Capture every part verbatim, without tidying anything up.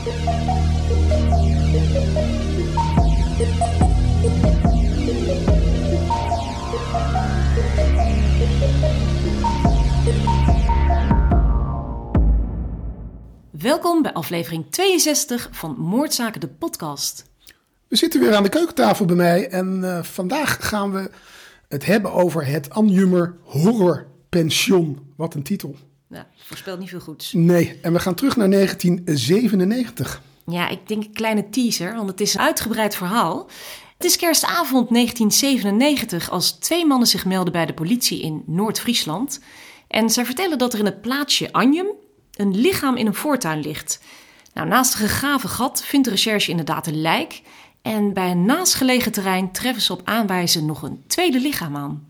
Welkom bij aflevering tweeënzestig van Moordzaken, de podcast. We zitten weer aan de keukentafel bij mij en uh, vandaag gaan we het hebben over het Anjumer Horror Pension. Wat een titel. Nou, voorspelt niet veel goeds. Nee, en we gaan terug naar negentien zevenennegentig. Ja, ik denk een kleine teaser, want het is een uitgebreid verhaal. Het is kerstavond negentien zevenennegentig als twee mannen zich melden bij de politie in Noord-Friesland. En zij vertellen dat er in het plaatsje Anjum een lichaam in een voortuin ligt. Nou, naast een gegraven gat vindt de recherche inderdaad een lijk. En bij een naastgelegen terrein treffen ze op aanwijzen nog een tweede lichaam aan.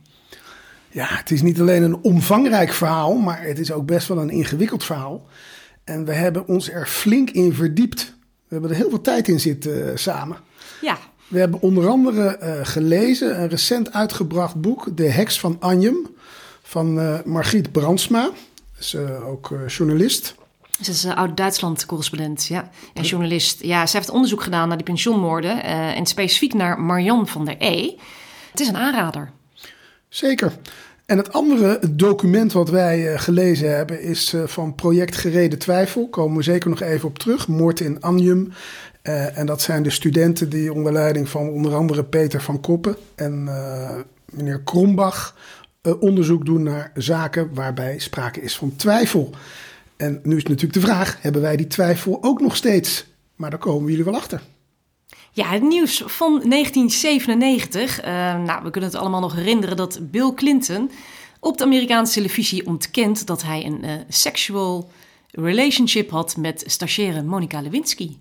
Ja, het is niet alleen een omvangrijk verhaal, maar het is ook best wel een ingewikkeld verhaal. En we hebben ons er flink in verdiept. We hebben er heel veel tijd in zitten uh, samen. Ja. We hebben onder andere uh, gelezen een recent uitgebracht boek, De Heks van Anjum, van uh, Margriet Brandsma. Is uh, ook uh, journalist. Ze is uh, oud-Duitsland-correspondent, ja. En journalist. Ja, ze heeft onderzoek gedaan naar die pensioenmoorden. Uh, en specifiek naar Marian van der E. Het is een aanrader. Zeker. En het andere document wat wij uh, gelezen hebben is uh, van Project Gereden Twijfel. Komen we zeker nog even op terug. Moord in Anjum. Uh, en dat zijn de studenten die onder leiding van onder andere Peter van Koppen en uh, meneer Krombach uh, onderzoek doen naar zaken waarbij sprake is van twijfel. En nu is natuurlijk de vraag, hebben wij die twijfel ook nog steeds? Maar daar komen jullie wel achter. Ja, het nieuws van negentien zevenennegentig. Uh, nou, we kunnen het allemaal nog herinneren dat Bill Clinton op de Amerikaanse televisie ontkent dat hij een uh, sexual relationship had met stagiaire Monica Lewinsky.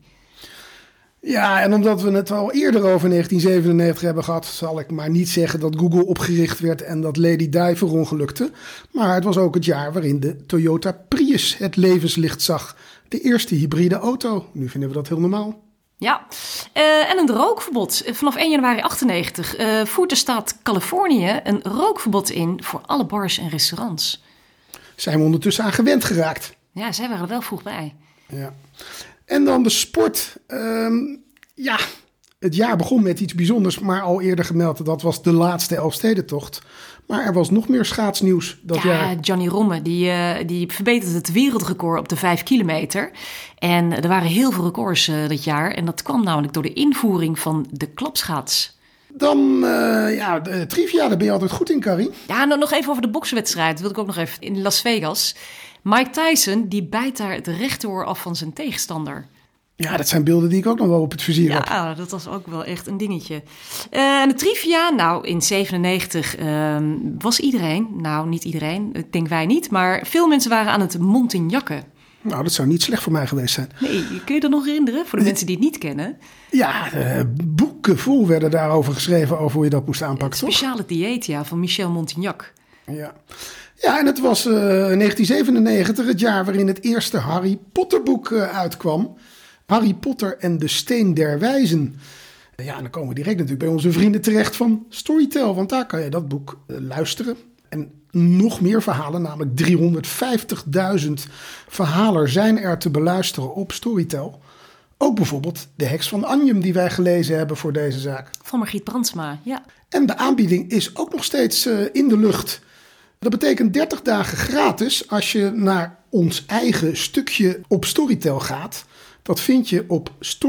Ja, en omdat we het al eerder over negentien zevenennegentig hebben gehad, zal ik maar niet zeggen dat Google opgericht werd en dat Lady Di verongelukte. Maar het was ook het jaar waarin de Toyota Prius het levenslicht zag. De eerste hybride auto. Nu vinden we dat heel normaal. Ja, uh, en een rookverbod. Vanaf één januari achtennegentig uh, voert de staat Californië een rookverbod in voor alle bars en restaurants. Zijn we ondertussen aan gewend geraakt. Ja, zij waren er wel vroeg bij. Ja. En dan de sport. Um, ja, het jaar begon met iets bijzonders, maar al eerder gemeld, dat was de laatste Elfstedentocht. Maar er was nog meer schaatsnieuws dat ja, jaar. Gianni Romme, die, uh, die verbeterde het wereldrecord op de vijf kilometer. En er waren heel veel records uh, dat jaar. En dat kwam namelijk door de invoering van de klapschaats. Dan, uh, ja, de trivia, daar ben je altijd goed in, Carrie. Ja, nou, nog even over de bokswedstrijd. Dat wil ik ook nog even. In Las Vegas. Mike Tyson, die bijt daar het rechteroor af van zijn tegenstander. Ja, dat zijn beelden die ik ook nog wel op het vizier ja, heb. Ja, dat was ook wel echt een dingetje. Uh, en de trivia, nou, in zevenennegentig uh, was iedereen, nou, niet iedereen, ik denk wij niet, maar veel mensen waren aan het Montignacken. Nou, dat zou niet slecht voor mij geweest zijn. Nee, kun je dat nog herinneren, voor de mensen die het niet kennen? Ja, uh, boeken vol werden daarover geschreven, over hoe je dat moest aanpakken, toch? Speciale dieet, ja, van Michel Montignac. Ja. Ja, en het was uh, negentien zevenennegentig, het jaar waarin het eerste Harry Potter boek uh, uitkwam. Harry Potter en de Steen der Wijzen. Ja, en dan komen we direct natuurlijk bij onze vrienden terecht van Storytel. Want daar kan je dat boek uh, luisteren. En nog meer verhalen, namelijk driehonderdvijftigduizend verhalen zijn er te beluisteren op Storytel. Ook bijvoorbeeld De Heks van Anjum die wij gelezen hebben voor deze zaak. Van Margriet Brandsma, ja. En de aanbieding is ook nog steeds uh, in de lucht. Dat betekent dertig dagen gratis als je naar ons eigen stukje op Storytel gaat. Dat vind je op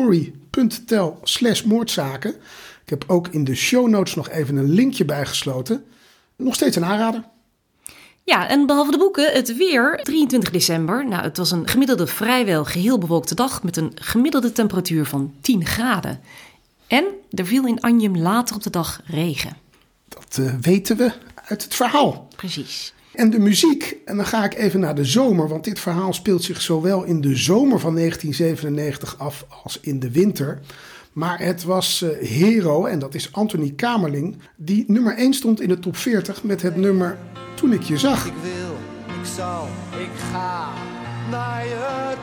story.tel slash moordzaken. Ik heb ook in de show notes nog even een linkje bijgesloten. Nog steeds een aanrader. Ja, en behalve de boeken, het weer. drieëntwintig december. Nou, het was een gemiddelde vrijwel geheel bewolkte dag met een gemiddelde temperatuur van tien graden. En er viel in Anjum later op de dag regen. Dat uh, weten we uit het verhaal. Precies. En de muziek, en dan ga ik even naar de zomer, want dit verhaal speelt zich zowel in de zomer van negentien zevenennegentig af als in de winter. Maar het was uh, Hero, en dat is Anthony Kamerling, die nummer één stond in de top veertig met het nummer Toen ik je zag. Ik wil, ik zal, ik ga naar je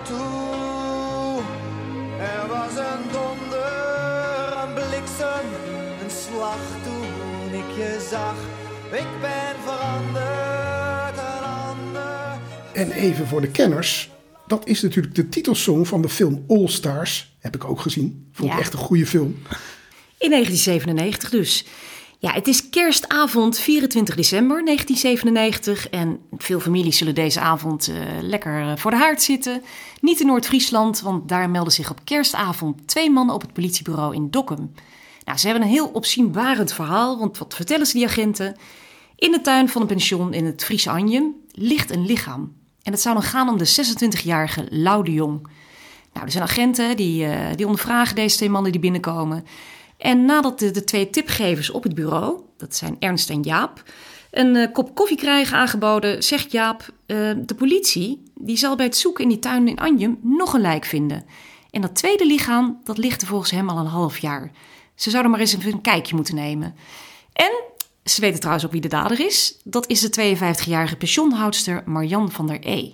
toe. Er was een donder, een bliksem, een slag toen ik je zag. Ik ben veranderd, een ander. En even voor de kenners, dat is natuurlijk de titelsong van de film All Stars. Heb ik ook gezien. Vond ik Ja. echt een goede film. In negentien zevenennegentig dus. Ja, het is kerstavond vierentwintig december negentien zevenennegentig. En veel families zullen deze avond uh, lekker voor de haard zitten. Niet in Noord-Friesland, want daar melden zich op kerstavond twee mannen op het politiebureau in Dokkum. Nou, ze hebben een heel opzienbarend verhaal, want wat vertellen ze die agenten? In de tuin van een pension in het Friese Anjem ligt een lichaam. En het zou dan gaan om de zesentwintigjarige Lau de Jong. Nou, er zijn agenten die, uh, die ondervragen deze twee mannen die binnenkomen. En nadat de, de twee tipgevers op het bureau, dat zijn Ernst en Jaap, een uh, kop koffie krijgen aangeboden, zegt Jaap, uh, de politie die zal bij het zoeken in die tuin in Anjem nog een lijk vinden. En dat tweede lichaam, dat ligt er volgens hem al een half jaar. Ze zouden maar eens even een kijkje moeten nemen. En ze weten trouwens ook wie de dader is. Dat is de tweeënvijftigjarige pensioenhoudster Marjan van der E.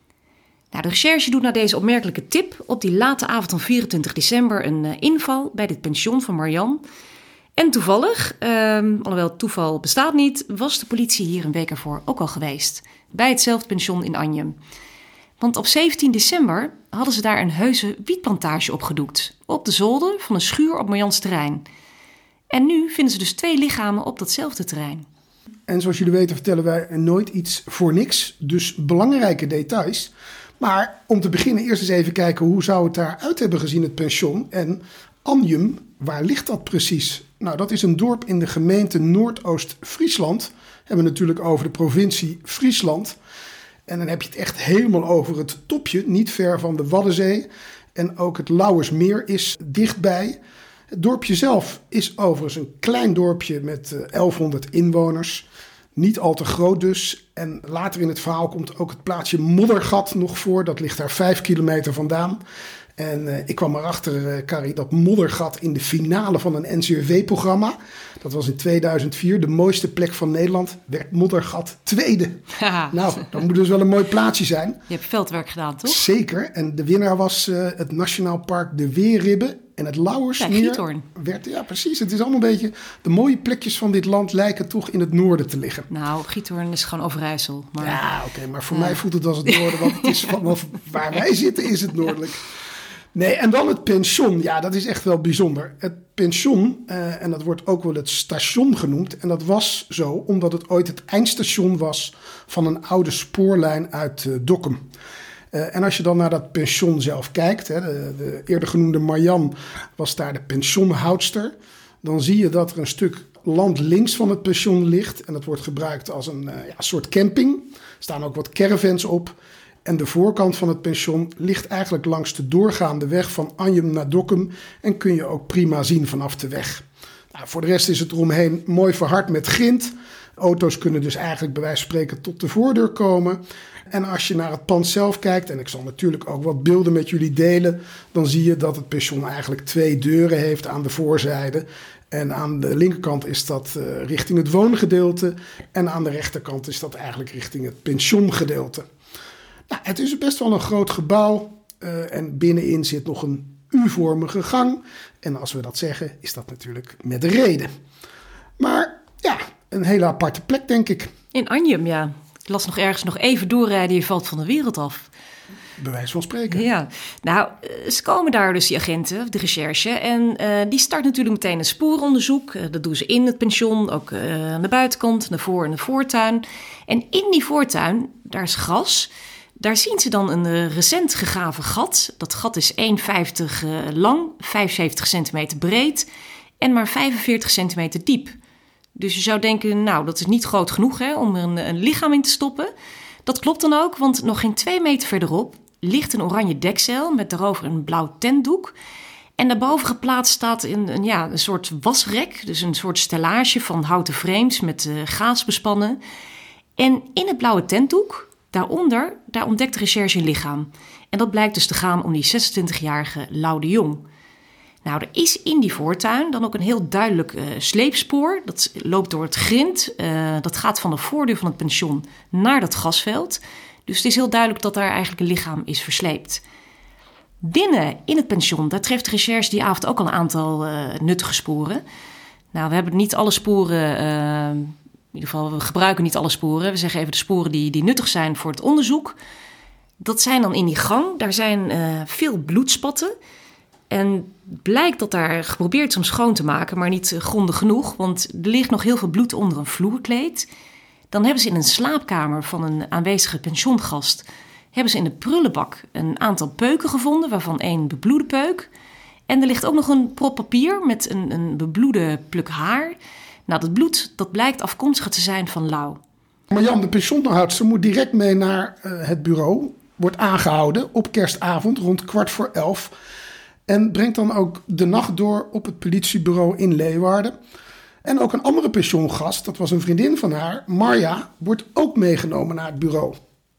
Nou, de recherche doet na deze opmerkelijke tip op die late avond van vierentwintig december een uh, inval bij dit pension van Marjan. En toevallig, uh, alhoewel toeval bestaat niet, was de politie hier een week ervoor ook al geweest. Bij hetzelfde pension in Anjem. Want op zeventien december hadden ze daar een heuse wietplantage opgedoekt. Op de zolder van een schuur op Marjans terrein. En nu vinden ze dus twee lichamen op datzelfde terrein. En zoals jullie weten vertellen wij nooit iets voor niks. Dus belangrijke details. Maar om te beginnen eerst eens even kijken hoe zou het daaruit hebben gezien, het pension. En Anjem, waar ligt dat precies? Nou, dat is een dorp in de gemeente Noordoost-Friesland. Hebben we natuurlijk over de provincie Friesland. En dan heb je het echt helemaal over het topje, niet ver van de Waddenzee. En ook het Lauwersmeer is dichtbij. Het dorpje zelf is overigens een klein dorpje met elfhonderd inwoners. Niet al te groot dus. En later in het verhaal komt ook het plaatsje Moddergat nog voor. Dat ligt daar vijf kilometer vandaan. En uh, ik kwam erachter, uh, Carrie, dat Moddergat in de finale van een N C R V-programma... dat was in tweeduizend vier, de mooiste plek van Nederland... werd Moddergat tweede. Haha. Nou, dat moet dus wel een mooi plaatsje zijn. Je hebt veldwerk gedaan, toch? Zeker. En de winnaar was uh, het Nationaal Park de Weerribben. En het Lauwersmeer Bij Giethoorn. werd... Ja, precies. Het is allemaal een beetje... De mooie plekjes van dit land lijken toch in het noorden te liggen. Nou, Giethoorn is gewoon Overijssel. Maar... Ja, oké. Okay, maar voor Ja. mij voelt het als het noorden. Want het is vanaf waar wij zitten is het noordelijk. Nee, en dan het pension. Ja, dat is echt wel bijzonder. Het pension, uh, en dat wordt ook wel het station genoemd. En dat was zo omdat het ooit het eindstation was van een oude spoorlijn uit uh, Dokkum. Uh, en als je dan naar dat pension zelf kijkt, hè, de, de eerder genoemde Marjan was daar de pensioenhoudster. Dan zie je dat er een stuk land links van het pension ligt. En dat wordt gebruikt als een uh, ja, soort camping. Er staan ook wat caravans op. En de voorkant van het pension ligt eigenlijk langs de doorgaande weg van Anjem naar Dokkum. En kun je ook prima zien vanaf de weg. Nou, voor de rest is het eromheen mooi verhard met grind. Auto's kunnen dus eigenlijk bij wijze van spreken tot de voordeur komen. En als je naar het pand zelf kijkt, en ik zal natuurlijk ook wat beelden met jullie delen, dan zie je dat het pension eigenlijk twee deuren heeft aan de voorzijde. En aan de linkerkant is dat uh, richting het woongedeelte. En aan de rechterkant is dat eigenlijk richting het pensiongedeelte. Nou, het is best wel een groot gebouw uh, en binnenin zit nog een U-vormige gang. En als we dat zeggen, is dat natuurlijk met de reden. Maar ja, een hele aparte plek, denk ik. In Anjem, ja. Ik las nog ergens nog even doorrijden, je valt van de wereld af. Bij wijze van spreken. Ja, nou, ze komen daar dus, die agenten, de recherche. En uh, die start natuurlijk meteen een sporenonderzoek. Uh, dat doen ze in het pension, ook uh, aan de buitenkant, naar voor en de voortuin. En in die voortuin, daar is gras. Daar zien ze dan een uh, recent gegraven gat. Dat gat is één komma vijftig uh, lang, vijfenzeventig centimeter breed en maar vijfenveertig centimeter diep. Dus je zou denken, nou, dat is niet groot genoeg hè, om er een, een lichaam in te stoppen. Dat klopt dan ook, want nog geen twee meter verderop ligt een oranje dekzeil met daarover een blauw tentdoek. En daarboven geplaatst staat een, een, ja, een soort wasrek, dus een soort stellage van houten frames met uh, gaas bespannen. En in het blauwe tentdoek, daaronder, daar ontdekt de recherche een lichaam. En dat blijkt dus te gaan om die zesentwintigjarige Lau de Jong. Nou, er is in die voortuin dan ook een heel duidelijk uh, sleepspoor. Dat loopt door het grind. Uh, dat gaat van de voordeur van het pension naar dat gasveld. Dus het is heel duidelijk dat daar eigenlijk een lichaam is versleept. Binnen in het pension, daar treft de recherche die avond ook al een aantal uh, nuttige sporen. Nou, we hebben niet alle sporen, uh, in ieder geval, we gebruiken niet alle sporen. We zeggen even de sporen die, die nuttig zijn voor het onderzoek. Dat zijn dan in die gang, daar zijn uh, veel bloedspatten. En blijkt dat daar geprobeerd is om schoon te maken, maar niet grondig genoeg. Want er ligt nog heel veel bloed onder een vloerkleed. Dan hebben ze in een slaapkamer van een aanwezige pensiongast, hebben ze in de prullenbak een aantal peuken gevonden, waarvan één bebloede peuk. En er ligt ook nog een prop papier met een, een bebloede pluk haar. Nou, dat bloed, dat blijkt afkomstig te zijn van Lau. Marjan, de pensioenhoudster, moet direct mee naar uh, het bureau. Wordt aangehouden op kerstavond rond kwart voor elf. En brengt dan ook de nacht door op het politiebureau in Leeuwarden. En ook een andere pensioengast, dat was een vriendin van haar, Marja, wordt ook meegenomen naar het bureau.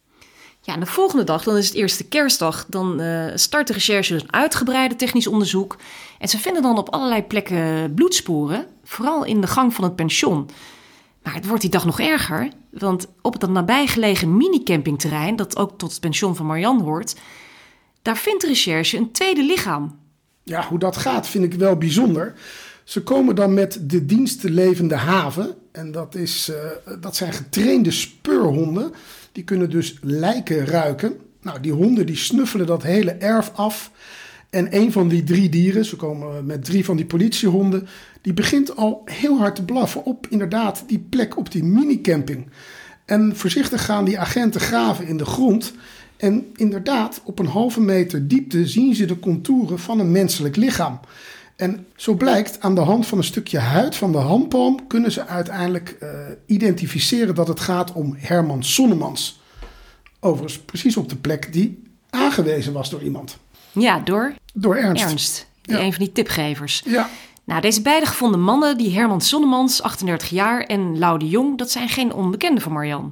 Ja, en de volgende dag, dan is het eerste kerstdag, dan uh, start de recherche dus een uitgebreide technisch onderzoek. En ze vinden dan op allerlei plekken bloedsporen, vooral in de gang van het pension. Maar het wordt die dag nog erger, want op het nabijgelegen minicampingterrein, dat ook tot het pension van Marjan hoort, daar vindt de recherche een tweede lichaam. Ja, hoe dat gaat vind ik wel bijzonder. Ze komen dan met de dienst Levende Haven. En dat, is, uh, dat zijn getrainde speurhonden. Die kunnen dus lijken ruiken. Nou, die honden die snuffelen dat hele erf af. En een van die drie dieren, ze komen met drie van die politiehonden, die begint al heel hard te blaffen op inderdaad die plek op die minicamping. En voorzichtig gaan die agenten graven in de grond. En inderdaad, op een halve meter diepte zien ze de contouren van een menselijk lichaam. En zo blijkt, aan de hand van een stukje huid van de handpalm kunnen ze uiteindelijk uh, identificeren dat het gaat om Herman Sonnemans. Overigens precies op de plek die aangewezen was door iemand. Ja, door, door Ernst. Ernst, die ja. een van die tipgevers. Ja. Nou, deze beide gevonden mannen, die Herman Sonnemans, achtendertig jaar, en Lau de Jong, dat zijn geen onbekenden van Marjan.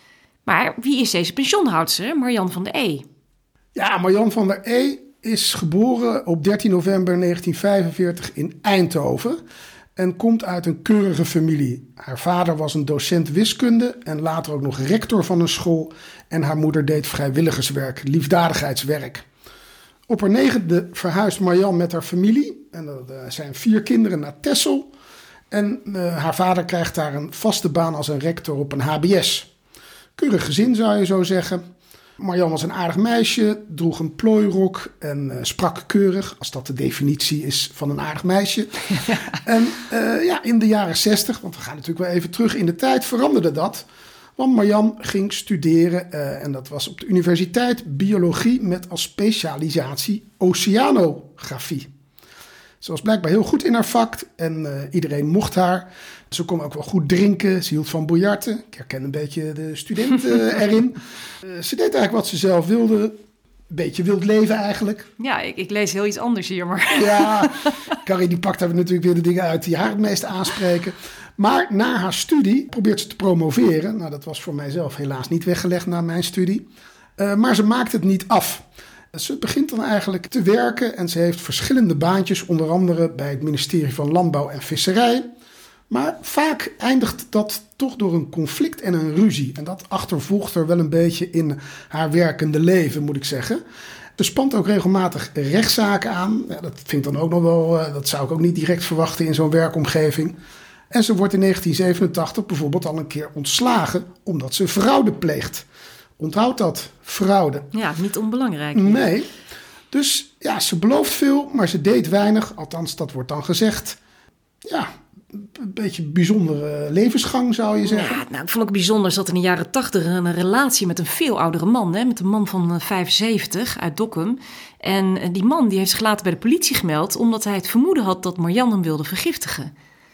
Maar wie is deze pensioenhoudster, Marjan van der E? Ja, Marjan van der E is geboren op dertien november negentien vijfenveertig in Eindhoven en komt uit een keurige familie. Haar vader was een docent wiskunde en later ook nog rector van een school en haar moeder deed vrijwilligerswerk, liefdadigheidswerk. Op haar negende verhuist Marjan met haar familie en er zijn vier kinderen naar Texel en uh, haar vader krijgt daar een vaste baan als een rector op een H B S. Keurig gezin zou je zo zeggen. Marjan was een aardig meisje, droeg een plooirok en uh, sprak keurig, als dat de definitie is van een aardig meisje. Ja. En uh, ja, in de jaren zestig, want we gaan natuurlijk wel even terug in de tijd, veranderde dat. Want Marjan ging studeren, uh, en dat was op de universiteit, biologie met als specialisatie oceanografie. Ze was blijkbaar heel goed in haar vak en uh, iedereen mocht haar. Ze kon ook wel goed drinken, ze hield van biljarten. Ik herken een beetje de student uh, erin. Uh, ze deed eigenlijk wat ze zelf wilde. Een beetje wild leven eigenlijk. Ja, ik, ik lees heel iets anders hier, maar... Ja, Carrie die pakt daar natuurlijk weer de dingen uit die haar het meest aanspreken. Maar na haar studie probeert ze te promoveren. Nou, dat was voor mijzelf helaas niet weggelegd na mijn studie. Uh, maar ze maakt het niet af. Ze begint dan eigenlijk te werken en ze heeft verschillende baantjes, onder andere bij het ministerie van Landbouw en Visserij. Maar vaak eindigt dat toch door een conflict en een ruzie. En dat achtervolgt er wel een beetje in haar werkende leven, moet ik zeggen. Ze spant ook regelmatig rechtszaken aan. Ja, dat vind ik dan ook nog wel, dat zou ik ook niet direct verwachten in zo'n werkomgeving. En ze wordt in negentien zevenentachtig bijvoorbeeld al een keer ontslagen omdat ze fraude pleegt. Onthoud dat, fraude. Ja, niet onbelangrijk. Nee, dus ja, ze belooft veel, maar ze deed weinig. Althans, dat wordt dan gezegd. Ja, een beetje bijzondere levensgang zou je zeggen. Ja, nou, ik vond ook bijzonder dat in de jaren tachtig een relatie met een veel oudere man, hè, met een man van vijfenzeventig uit Dokkum. En die man die heeft zich later bij de politie gemeld omdat hij het vermoeden had dat Marjan hem wilde vergiftigen.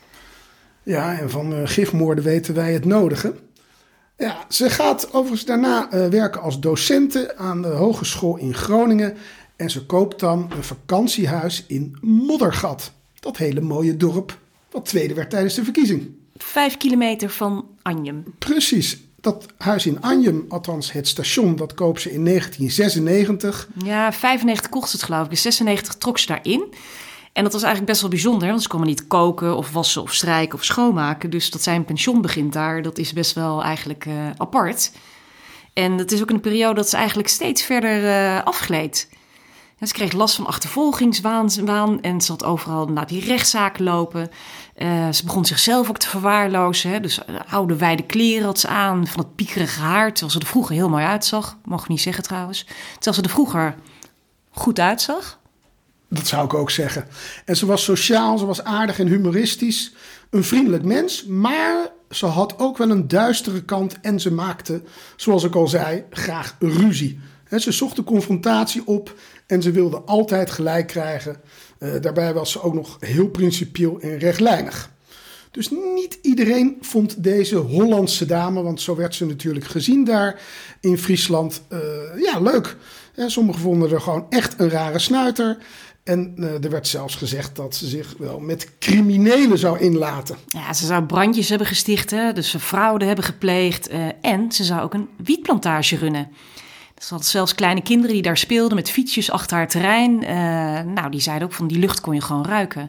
Ja, en van uh, gifmoorden weten wij het nodige. Ja, ze gaat overigens daarna uh, werken als docente aan de hogeschool in Groningen. En ze koopt dan een vakantiehuis in Moddergat. Dat hele mooie dorp wat tweede werd tijdens de verkiezing. Vijf kilometer van Anjem. Precies. Dat huis in Anjem, althans het station, dat koopt ze in negentien zesennegentig. Ja, vijfennegentig kocht ze het geloof ik. In zesennegentig trok ze daarin. En dat was eigenlijk best wel bijzonder, want ze kon maar niet koken of wassen of strijken of schoonmaken. Dus dat zijn pension begint daar, dat is best wel eigenlijk uh, apart. En het is ook in een periode dat ze eigenlijk steeds verder uh, afgleed. Ze kreeg last van achtervolgingswaan en ze had overal naar die rechtszaken lopen. Uh, ze begon zichzelf ook te verwaarlozen. Hè? Dus uh, oude wijde kleren had ze aan, van het piekerige haar, terwijl ze er vroeger heel mooi uitzag. Mag ik niet zeggen trouwens. Terwijl ze er vroeger goed uitzag. Dat zou ik ook zeggen. En ze was sociaal, ze was aardig en humoristisch. Een vriendelijk mens, maar ze had ook wel een duistere kant. En ze maakte, zoals ik al zei, graag ruzie. He, ze zocht de confrontatie op en ze wilde altijd gelijk krijgen. Uh, daarbij was ze ook nog heel principieel en rechtlijnig. Dus niet iedereen vond deze Hollandse dame, want zo werd ze natuurlijk gezien daar in Friesland, uh, ja, leuk. He, sommigen vonden er gewoon echt een rare snuiter. En uh, er werd zelfs gezegd dat ze zich wel met criminelen zou inlaten. Ja, ze zou brandjes hebben gesticht, hè? Dus ze fraude hebben gepleegd. Uh, en ze zou ook een wietplantage runnen. Ze had zelfs kleine kinderen die daar speelden met fietsjes achter haar terrein. Uh, nou, die zeiden ook van die lucht kon je gewoon ruiken.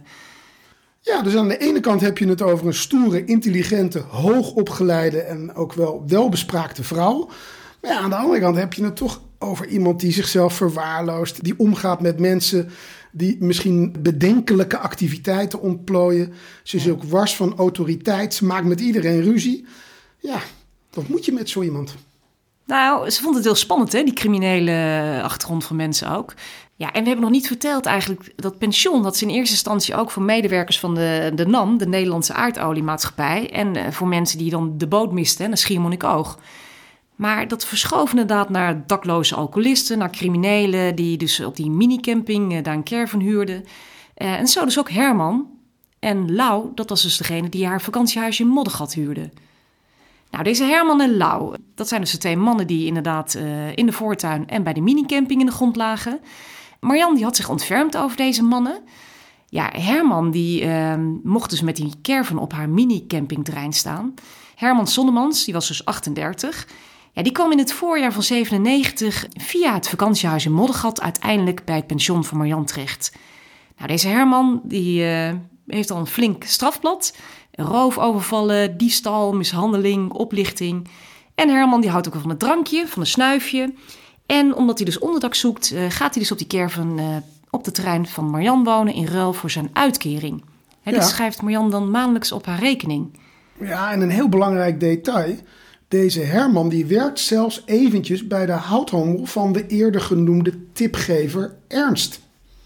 Ja, dus aan de ene kant heb je het over een stoere, intelligente, hoogopgeleide en ook wel welbespraakte vrouw. Maar ja, aan de andere kant heb je het toch over iemand die zichzelf verwaarloost, die omgaat met mensen die misschien bedenkelijke activiteiten ontplooien. Ze is ook wars van autoriteit, ze maakt met iedereen ruzie. Ja, wat moet je met zo iemand? Nou, ze vond het heel spannend, hè, die criminele achtergrond van mensen ook. Ja, en we hebben nog niet verteld eigenlijk dat pensioen dat ze in eerste instantie ook voor medewerkers van de, de N A M, de Nederlandse aardoliemaatschappij, en uh, voor mensen die dan de boot misten, naar Schiermonnikoog. Maar dat verschoof inderdaad naar dakloze alcoholisten, naar criminelen die dus op die minicamping uh, daar een caravan huurden. Uh, en zo dus ook Herman. En Lau, dat was dus degene die haar vakantiehuisje in Moddergat huurde. Nou, deze Herman en Lau, dat zijn dus de twee mannen die inderdaad uh, in de voortuin en bij de minicamping in de grond lagen. Marjan die had zich ontfermd over deze mannen. Ja, Herman die uh, mocht dus met die caravan op haar minicampingterrein staan. Herman Sonnemans, die was dus achtendertig. Ja, die kwam in het voorjaar van zevenennegentig via het vakantiehuis in Moddergat uiteindelijk bij het pension van Marjan terecht. Nou, deze Herman die uh, heeft al een flink strafblad. Roofovervallen, diefstal, mishandeling, oplichting. En Herman die houdt ook wel van het drankje, van een snuifje. En omdat hij dus onderdak zoekt, uh, gaat hij dus op die caravan uh, op het terrein van Marjan wonen in ruil voor zijn uitkering. Hè, ja. Dit schrijft Marjan dan maandelijks op haar rekening. Ja, en een heel belangrijk detail. Deze Herman die werkt zelfs eventjes bij de houthandel van de eerder genoemde tipgever Ernst.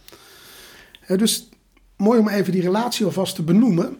Hè, dus mooi om even die relatie alvast te benoemen.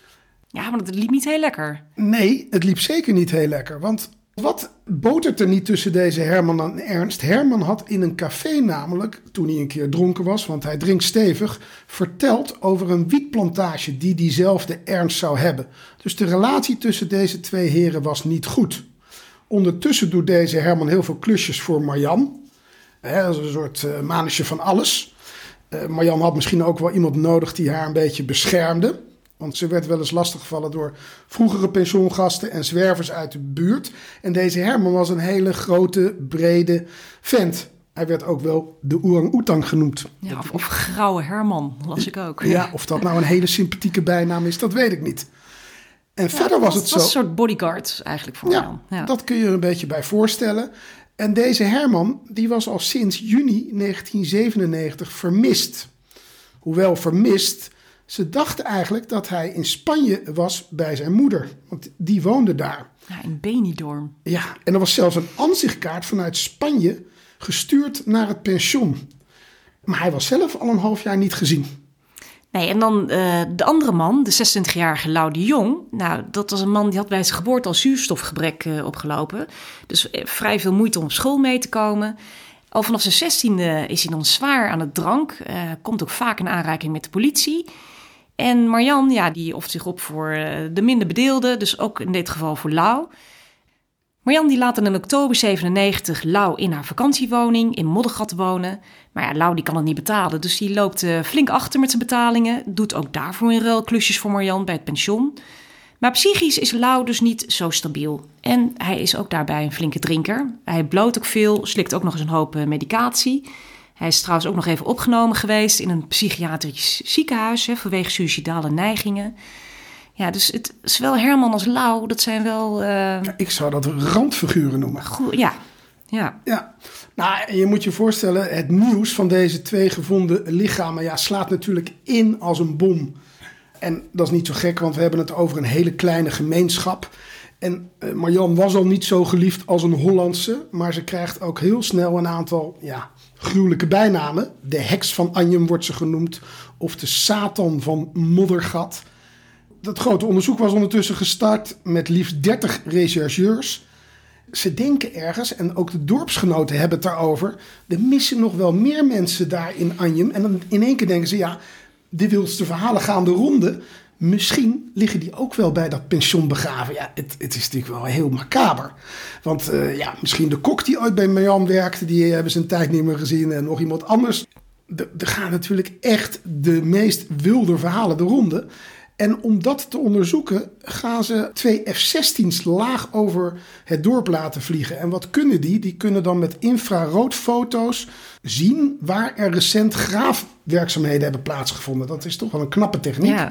Ja, maar het liep niet heel lekker. Nee, het liep zeker niet heel lekker. Want wat botert er niet tussen deze Herman en Ernst? Herman had in een café namelijk, toen hij een keer dronken was, want hij drinkt stevig, verteld over een wietplantage die diezelfde Ernst zou hebben. Dus de relatie tussen deze twee heren was niet goed. Ondertussen doet deze Herman heel veel klusjes voor Marjan. He, dat is een soort uh, manusje van alles. Uh, Marjan had misschien ook wel iemand nodig die haar een beetje beschermde. Want ze werd wel eens lastiggevallen door vroegere pensioengasten en zwervers uit de buurt. En deze Herman was een hele grote, brede vent. Hij werd ook wel de orang-oetang genoemd. Ja, of, of Grauwe Herman, las ik ook. Ja, of dat nou een hele sympathieke bijnaam is, dat weet ik niet. En ja, verder was het zo. Het was een soort bodyguard eigenlijk voor Marjan. Ja, ja, dat kun je er een beetje bij voorstellen. En deze Herman, die was al sinds juni negentien zevenennegentig vermist. Hoewel vermist, ze dachten eigenlijk dat hij in Spanje was bij zijn moeder. Want die woonde daar. Ja, in Benidorm. Ja, en er was zelfs een ansichtkaart vanuit Spanje gestuurd naar het pension. Maar hij was zelf al een half jaar niet gezien. Nee, en dan uh, de andere man, de zesentwintigjarige Lau de Jong. Nou, dat was een man die had bij zijn geboorte al zuurstofgebrek uh, opgelopen. Dus uh, vrij veel moeite om op school mee te komen. Al vanaf zijn zestiende is hij dan zwaar aan het drank. Uh, komt ook vaak in aanraking met de politie. En Marjan, ja, die offert zich op voor uh, de minder bedeelden. Dus ook in dit geval voor Lau. Marjan die laat in oktober zevenennegentig Lau in haar vakantiewoning in Moddergat wonen. Maar ja, Lau die kan het niet betalen, dus die loopt uh, flink achter met zijn betalingen. Doet ook daarvoor in ruil klusjes voor Marjan bij het pension. Maar psychisch is Lau dus niet zo stabiel. En hij is ook daarbij een flinke drinker. Hij bloot ook veel, slikt ook nog eens een hoop uh, medicatie. Hij is trouwens ook nog even opgenomen geweest in een psychiatrisch ziekenhuis hè, vanwege suïcidale neigingen. Ja, dus het, zowel Herman als Lau, dat zijn wel... Uh... Ja, ik zou dat randfiguren noemen. Goed, ja. Ja. Ja, nou, en je moet je voorstellen, het nieuws van deze twee gevonden lichamen ja, slaat natuurlijk in als een bom. En dat is niet zo gek, want we hebben het over een hele kleine gemeenschap. En uh, Marjan was al niet zo geliefd als een Hollandse, maar ze krijgt ook heel snel een aantal ja, gruwelijke bijnamen. De heks van Anjem wordt ze genoemd, of de Satan van Moddergat. Dat grote onderzoek was ondertussen gestart met liefst dertig rechercheurs. Ze denken ergens, en ook de dorpsgenoten hebben het daarover, er missen nog wel meer mensen daar in Anjem. En dan in één keer denken ze, ja, de wildste verhalen gaan de ronde. Misschien liggen die ook wel bij dat pension begraven. Ja, het, het is natuurlijk wel heel macaber. Want uh, ja, misschien de kok die ooit bij Marjan werkte, die hebben ze een tijd niet meer gezien. En nog iemand anders. Er gaan natuurlijk echt de meest wilde verhalen de ronde. En om dat te onderzoeken gaan ze twee F zestien's laag over het dorp laten vliegen. En wat kunnen die? Die kunnen dan met infraroodfoto's zien waar er recent graafwerkzaamheden hebben plaatsgevonden. Dat is toch wel een knappe techniek. Ja.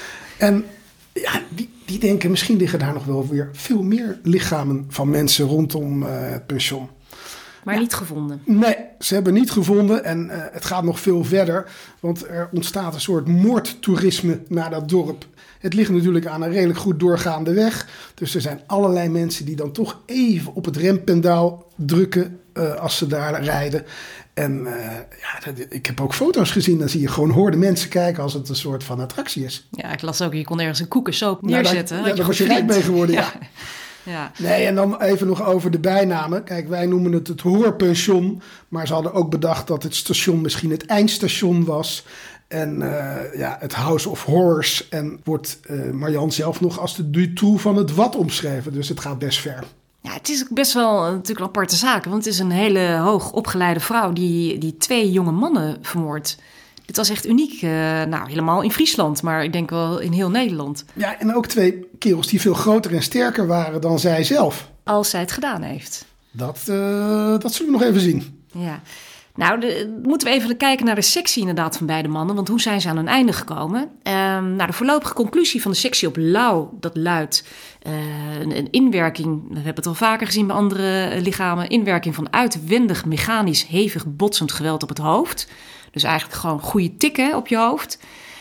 En ja, die, die denken misschien liggen daar nog wel weer veel meer lichamen van mensen rondom uh, het pension. Maar ja. niet gevonden. Nee, ze hebben niet gevonden en uh, het gaat nog veel verder. Want er ontstaat een soort moordtoerisme naar dat dorp. Het ligt natuurlijk aan een redelijk goed doorgaande weg. Dus er zijn allerlei mensen die dan toch even op het rempedaal drukken uh, als ze daar rijden. En uh, ja, dat, ik heb ook foto's gezien. Dan zie je gewoon hoorde mensen kijken als het een soort van attractie is. Ja, ik las ook, je kon ergens een koekensoop neerzetten. Nou, daar, ja, daar was je rijk mee geworden, ja. ja. Ja. Nee, en dan even nog over de bijnamen. Kijk, wij noemen het het horrorpension. Maar ze hadden ook bedacht dat het station misschien het eindstation was. En uh, ja, het House of Horrors. En wordt uh, Marjan zelf nog als de Dutroux van het Wat omschreven. Dus het gaat best ver. Ja, het is ook best wel uh, natuurlijk een aparte zaak. Want het is een hele hoog opgeleide vrouw die, die twee jonge mannen vermoordt. Dit was echt uniek. Uh, nou, helemaal in Friesland, maar ik denk wel in heel Nederland. Ja, en ook twee kerels die veel groter en sterker waren dan zij zelf. Als zij het gedaan heeft. Dat, uh, dat zullen we nog even zien. Ja. Nou, de, moeten we even kijken naar de sectie inderdaad van beide mannen. Want hoe zijn ze aan hun einde gekomen? Um, nou, de voorlopige conclusie van de sectie op Louw, dat luidt uh, een, een inwerking. We hebben het al vaker gezien bij andere lichamen. Inwerking van uitwendig mechanisch hevig botsend geweld op het hoofd. Dus eigenlijk gewoon goede tikken op je hoofd.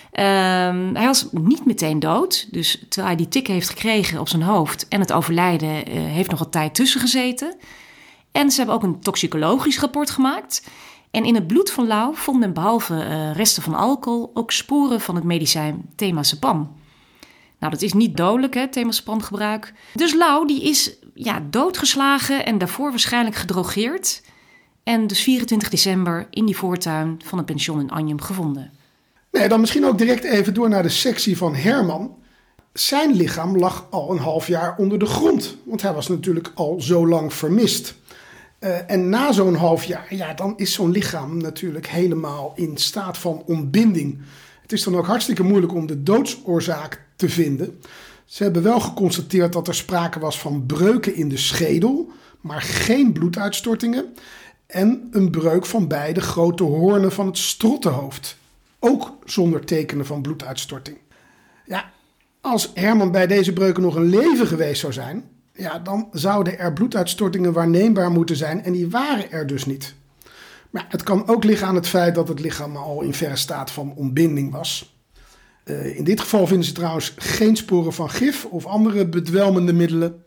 Um, hij was niet meteen dood. Dus terwijl hij die tikken heeft gekregen op zijn hoofd en het overlijden uh, heeft nog wat tijd tussen gezeten. En ze hebben ook een toxicologisch rapport gemaakt. En in het bloed van Louw vond men behalve uh, resten van alcohol ook sporen van het medicijn temazepam. Nou, dat is niet dodelijk, hè, temazepamgebruik. Dus Louw die is ja, doodgeslagen en daarvoor waarschijnlijk gedrogeerd. En dus vierentwintig december in die voortuin van het pension in Anjem gevonden. Nee, dan misschien ook direct even door naar de sectie van Herman. Zijn lichaam lag al een half jaar onder de grond. Want hij was natuurlijk al zo lang vermist. Uh, en na zo'n half jaar, ja, dan is zo'n lichaam natuurlijk helemaal in staat van ontbinding. Het is dan ook hartstikke moeilijk om de doodsoorzaak te vinden. Ze hebben wel geconstateerd dat er sprake was van breuken in de schedel, maar geen bloeduitstortingen. En een breuk van beide grote hoornen van het strottenhoofd. Ook zonder tekenen van bloeduitstorting. Ja, als Herman bij deze breuken nog in leven geweest zou zijn, ja, dan zouden er bloeduitstortingen waarneembaar moeten zijn en die waren er dus niet. Maar het kan ook liggen aan het feit dat het lichaam al in verre staat van ontbinding was. Uh, in dit geval vinden ze trouwens geen sporen van gif of andere bedwelmende middelen.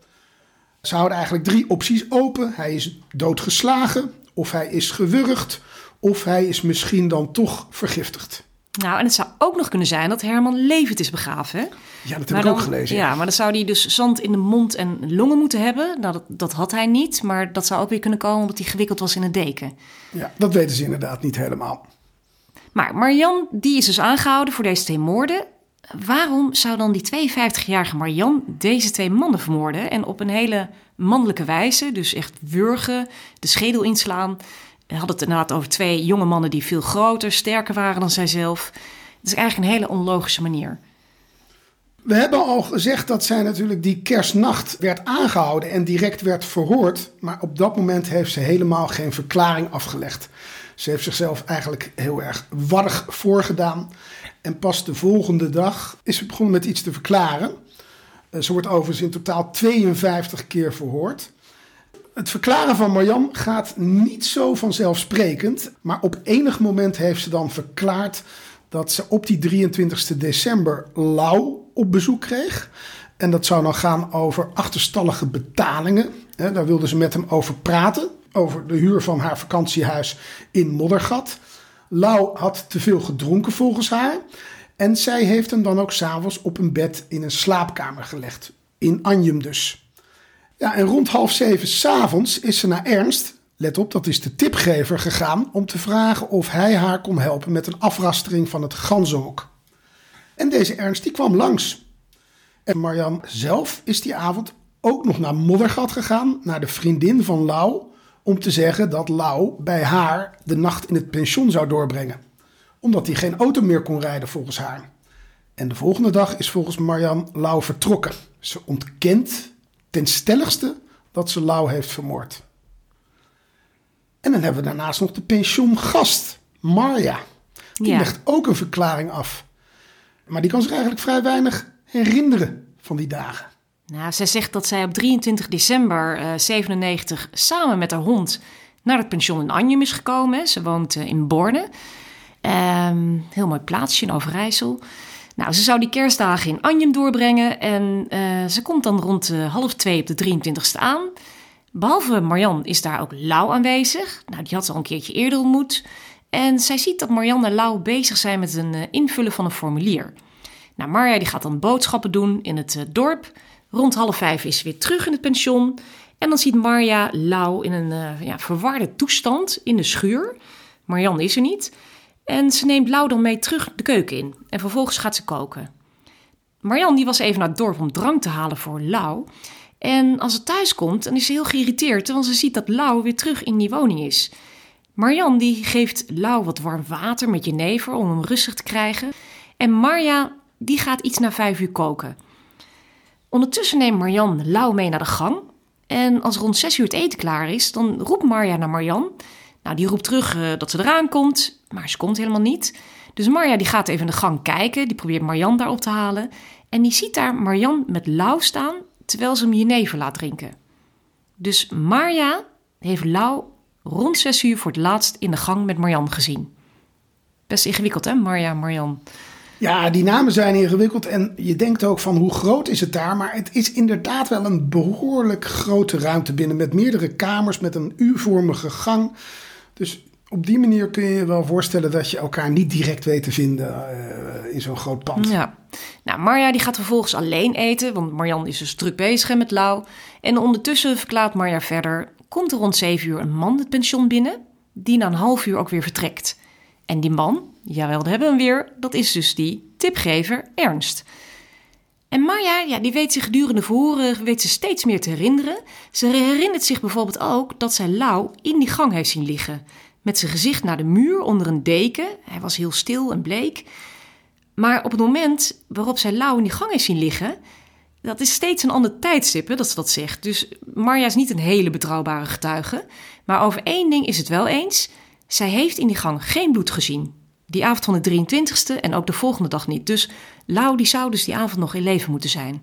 Ze houden eigenlijk drie opties open. Hij is doodgeslagen, of hij is gewurgd, of hij is misschien dan toch vergiftigd. Nou, en het zou ook nog kunnen zijn dat Herman levend is begraven, hè? Ja, dat heb maar ik dan, ook gelezen. Ja, maar dan zou hij dus zand in de mond en longen moeten hebben. Nou, dat, dat had hij niet, maar dat zou ook weer kunnen komen omdat hij gewikkeld was in een deken. Ja, dat weten ze inderdaad niet helemaal. Maar Marjan, die is dus aangehouden voor deze twee moorden. Waarom zou dan die tweeënvijftigjarige Marjan deze twee mannen vermoorden? En op een hele mannelijke wijze, dus echt wurgen, de schedel inslaan. We hadden het inderdaad over twee jonge mannen die veel groter, sterker waren dan zijzelf. Het is eigenlijk een hele onlogische manier. We hebben al gezegd dat zij natuurlijk die kerstnacht werd aangehouden en direct werd verhoord. Maar op dat moment heeft ze helemaal geen verklaring afgelegd. Ze heeft zichzelf eigenlijk heel erg warrig voorgedaan. En pas de volgende dag is ze begonnen met iets te verklaren. Ze wordt overigens in totaal tweeënvijftig keer verhoord. Het verklaren van Marjan gaat niet zo vanzelfsprekend. Maar op enig moment heeft ze dan verklaard dat ze op die drieëntwintigste december Lau op bezoek kreeg. En dat zou dan gaan over achterstallige betalingen. Daar wilde ze met hem over praten. Over de huur van haar vakantiehuis in Moddergat. Lau had te veel gedronken volgens haar. En zij heeft hem dan ook 's avonds op een bed in een slaapkamer gelegd. In Anjem dus. Ja, en rond half zeven 's avonds is ze naar Ernst, let op, dat is de tipgever, gegaan om te vragen of hij haar kon helpen met een afrastering van het ganzenhok. En deze Ernst die kwam langs. En Marjan zelf is die avond ook nog naar Moddergat gegaan, naar de vriendin van Lau, om te zeggen dat Lau bij haar de nacht in het pension zou doorbrengen. Omdat hij geen auto meer kon rijden volgens haar. En de volgende dag is volgens Marjan Lau vertrokken. Ze ontkent ten stelligste dat ze Lau heeft vermoord. En dan hebben we daarnaast nog de pensiongast, Marja. Die Ja. legt ook een verklaring af. Maar die kan zich eigenlijk vrij weinig herinneren van die dagen. Nou, zij zegt dat zij op drieëntwintig december uh, zevenennegentig samen met haar hond naar het pension in Anjem is gekomen. Ze woont uh, in Borne. Um, heel mooi plaatsje in Overijssel. Nou, ze zou die kerstdagen in Anjem doorbrengen en uh, ze komt dan rond uh, half twee op de drieëntwintigste aan. Behalve Marjan is daar ook Lau aanwezig. Nou, die had ze al een keertje eerder ontmoet. En zij ziet dat Marjan en Lau bezig zijn met een uh, invullen van een formulier. Nou, Marja die gaat dan boodschappen doen in het uh, dorp. Rond half vijf is ze weer terug in het pension. En dan ziet Marja Lau in een uh, ja, verwarde toestand in de schuur. Marjan is er niet. En ze neemt Lau dan mee terug de keuken in. En vervolgens gaat ze koken. Marjan die was even naar het dorp om drank te halen voor Lau. En als ze thuis komt, dan is ze heel geïrriteerd, want ze ziet dat Lau weer terug in die woning is. Marjan die geeft Lau wat warm water met jenever om hem rustig te krijgen. En Marja die gaat iets na vijf uur koken. Ondertussen neemt Marjan Lau mee naar de gang. En als rond zes uur het eten klaar is, dan roept Marja naar Marjan. Nou, die roept terug uh, dat ze eraan komt, maar ze komt helemaal niet. Dus Marja die gaat even in de gang kijken, die probeert Marjan daar op te halen. En die ziet daar Marjan met Lau staan, terwijl ze hem jenever laat drinken. Dus Marja heeft Lau rond zes uur voor het laatst in de gang met Marjan gezien. Best ingewikkeld, hè, Marja, Marjan? Ja, die namen zijn ingewikkeld en je denkt ook van hoe groot is het daar. Maar het is inderdaad wel een behoorlijk grote ruimte binnen met meerdere kamers met een U-vormige gang. Dus op die manier kun je je wel voorstellen dat je elkaar niet direct weet te vinden uh, in zo'n groot pand. Ja. Nou, Marja die gaat vervolgens alleen eten, want Marjan is dus druk bezig met Lau. En ondertussen verklaart Marja verder, komt er rond zeven uur een man het pension binnen, die na een half uur ook weer vertrekt. En die man, jawel, daar hebben we hem weer, dat is dus die tipgever Ernst. En Marja, ja, die weet zich gedurende verhoren weet ze steeds meer te herinneren. Ze herinnert zich bijvoorbeeld ook dat zij Lau in die gang heeft zien liggen. Met zijn gezicht naar de muur onder een deken. Hij was heel stil en bleek. Maar op het moment waarop zij Lau in die gang heeft zien liggen, dat is steeds een ander tijdstip, hè, dat ze dat zegt. Dus Marja is niet een hele betrouwbare getuige. Maar over één ding is het wel eens. Zij heeft in die gang geen bloed gezien. Die avond van de drieëntwintigste en ook de volgende dag niet. Dus Lau die zou dus die avond nog in leven moeten zijn.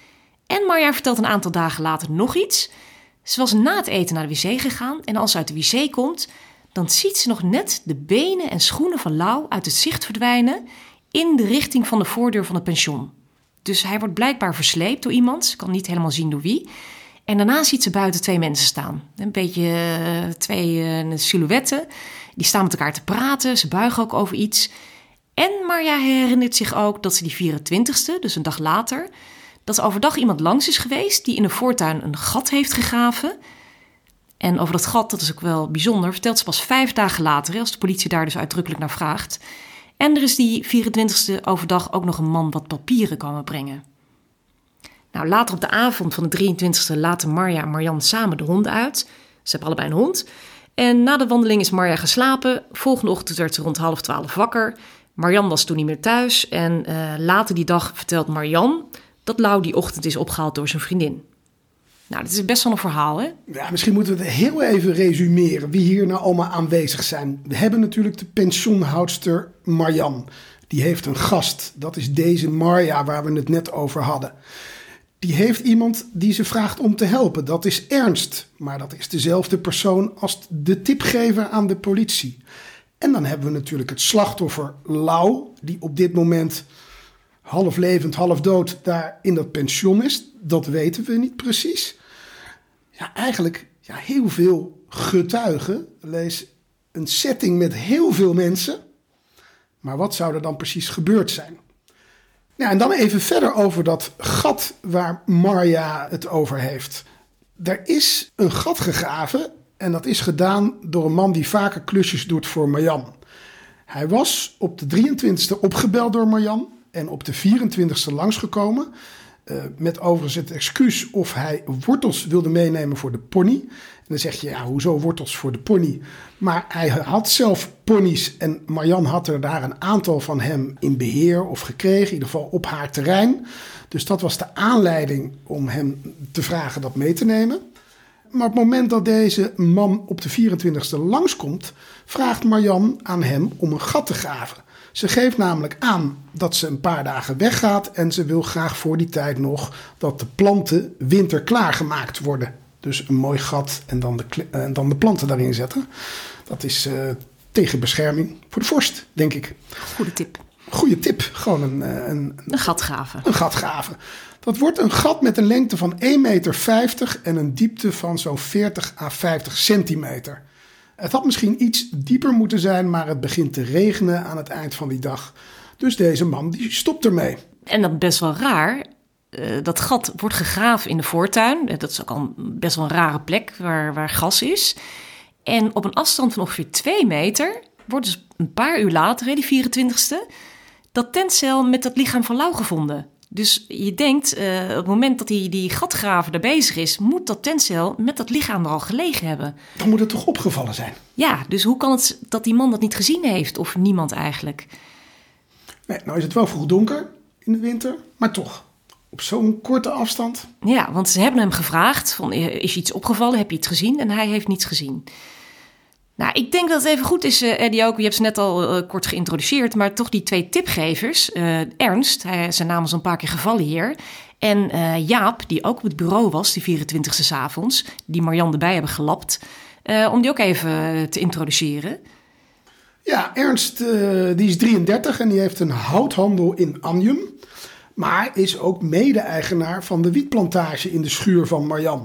En Marja vertelt een aantal dagen later nog iets. Ze was na het eten naar de wc gegaan en als ze uit de wc komt, dan ziet ze nog net de benen en schoenen van Lau uit het zicht verdwijnen in de richting van de voordeur van het pension. Dus hij wordt blijkbaar versleept door iemand. Ze kan niet helemaal zien door wie. En daarna ziet ze buiten twee mensen staan. Een beetje uh, twee uh, silhouetten. Die staan met elkaar te praten. Ze buigen ook over iets. En Marja herinnert zich ook dat ze die vierentwintigste, dus een dag later, dat er overdag iemand langs is geweest die in de voortuin een gat heeft gegraven. En over dat gat, dat is ook wel bijzonder, vertelt ze pas vijf dagen later, als de politie daar dus uitdrukkelijk naar vraagt. En er is die vierentwintigste overdag ook nog een man wat papieren komen brengen. Nou, later op de avond van de drieëntwintigste laten Marja en Marjan samen de honden uit. Ze hebben allebei een hond. En na de wandeling is Marja geslapen. Volgende ochtend werd ze rond half twaalf wakker. Marjan was toen niet meer thuis. En uh, later die dag vertelt Marjan dat Lau die ochtend is opgehaald door zijn vriendin. Nou, dit is best wel een verhaal, hè? Ja, misschien moeten we het heel even resumeren wie hier nou allemaal aanwezig zijn. We hebben natuurlijk de pensioenhoudster Marjan. Die heeft een gast. Dat is deze Marja waar we het net over hadden. die heeft iemand die ze vraagt om te helpen. Dat is Ernst, maar dat is dezelfde persoon als de tipgever aan de politie. En dan hebben we natuurlijk het slachtoffer Lau, die op dit moment half levend, half dood daar in dat pension is. Dat weten we niet precies. Ja, eigenlijk ja, heel veel getuigen. Lees een setting met heel veel mensen. Maar wat zou er dan precies gebeurd zijn? Ja, en dan even verder over dat gat waar Marja het over heeft. Er is een gat gegraven en dat is gedaan door een man die vaker klusjes doet voor Marjan. Hij was op de drieëntwintigste opgebeld door Marjan en op de vierentwintigste langsgekomen. Uh, met overigens het excuus of hij wortels wilde meenemen voor de pony. En dan zeg je, ja, hoezo wortels voor de pony? Maar hij had zelf ponies en Marjan had er daar een aantal van hem in beheer of gekregen. In ieder geval op haar terrein. Dus dat was de aanleiding om hem te vragen dat mee te nemen. Maar op het moment dat deze man op de vierentwintigste langskomt, vraagt Marjan aan hem om een gat te graven. Ze geeft namelijk aan dat ze een paar dagen weggaat en ze wil graag voor die tijd nog dat de planten winterklaar gemaakt worden. Dus een mooi gat en dan de, en dan de planten daarin zetten. Dat is uh, tegen bescherming voor de vorst, denk ik. Goede tip. Goede tip. Gewoon een, een, een, een gat graven. Een gat graven. Dat wordt een gat met een lengte van één meter vijftig en een diepte van zo'n veertig à vijftig centimeter. Het had misschien iets dieper moeten zijn, maar het begint te regenen aan het eind van die dag. Dus deze man die stopt ermee. En dat best wel raar. Uh, dat gat wordt gegraven in de voortuin. Dat is ook al best wel een rare plek waar, waar gas is. En op een afstand van ongeveer twee meter wordt dus een paar uur later, die vierentwintigste, dat tentcel met dat lichaam van Lau gevonden. Dus je denkt, uh, op het moment dat die, die gatgraver daar bezig is, moet dat tentcel met dat lichaam er al gelegen hebben. Dan moet het toch opgevallen zijn? Ja, dus hoe kan het dat die man dat niet gezien heeft? Of niemand eigenlijk? Nee, nou is het wel vroeg donker in de winter, maar toch. Op zo'n korte afstand? Ja, want ze hebben hem gevraagd, van, is je iets opgevallen, heb je iets gezien? En hij heeft niets gezien. Nou, ik denk dat het even goed is, uh, Eddie ook, je hebt ze net al uh, kort geïntroduceerd, maar toch die twee tipgevers, uh, Ernst, hij, zijn naam is een paar keer gevallen hier, en uh, Jaap, die ook op het bureau was, die vierentwintigste 's avonds, die Marjan erbij hebben gelapt, uh, om die ook even uh, te introduceren. Ja, Ernst, uh, die is drieëndertig en die heeft een houthandel in Anjum, maar is ook mede-eigenaar van de wietplantage in de schuur van Marjan.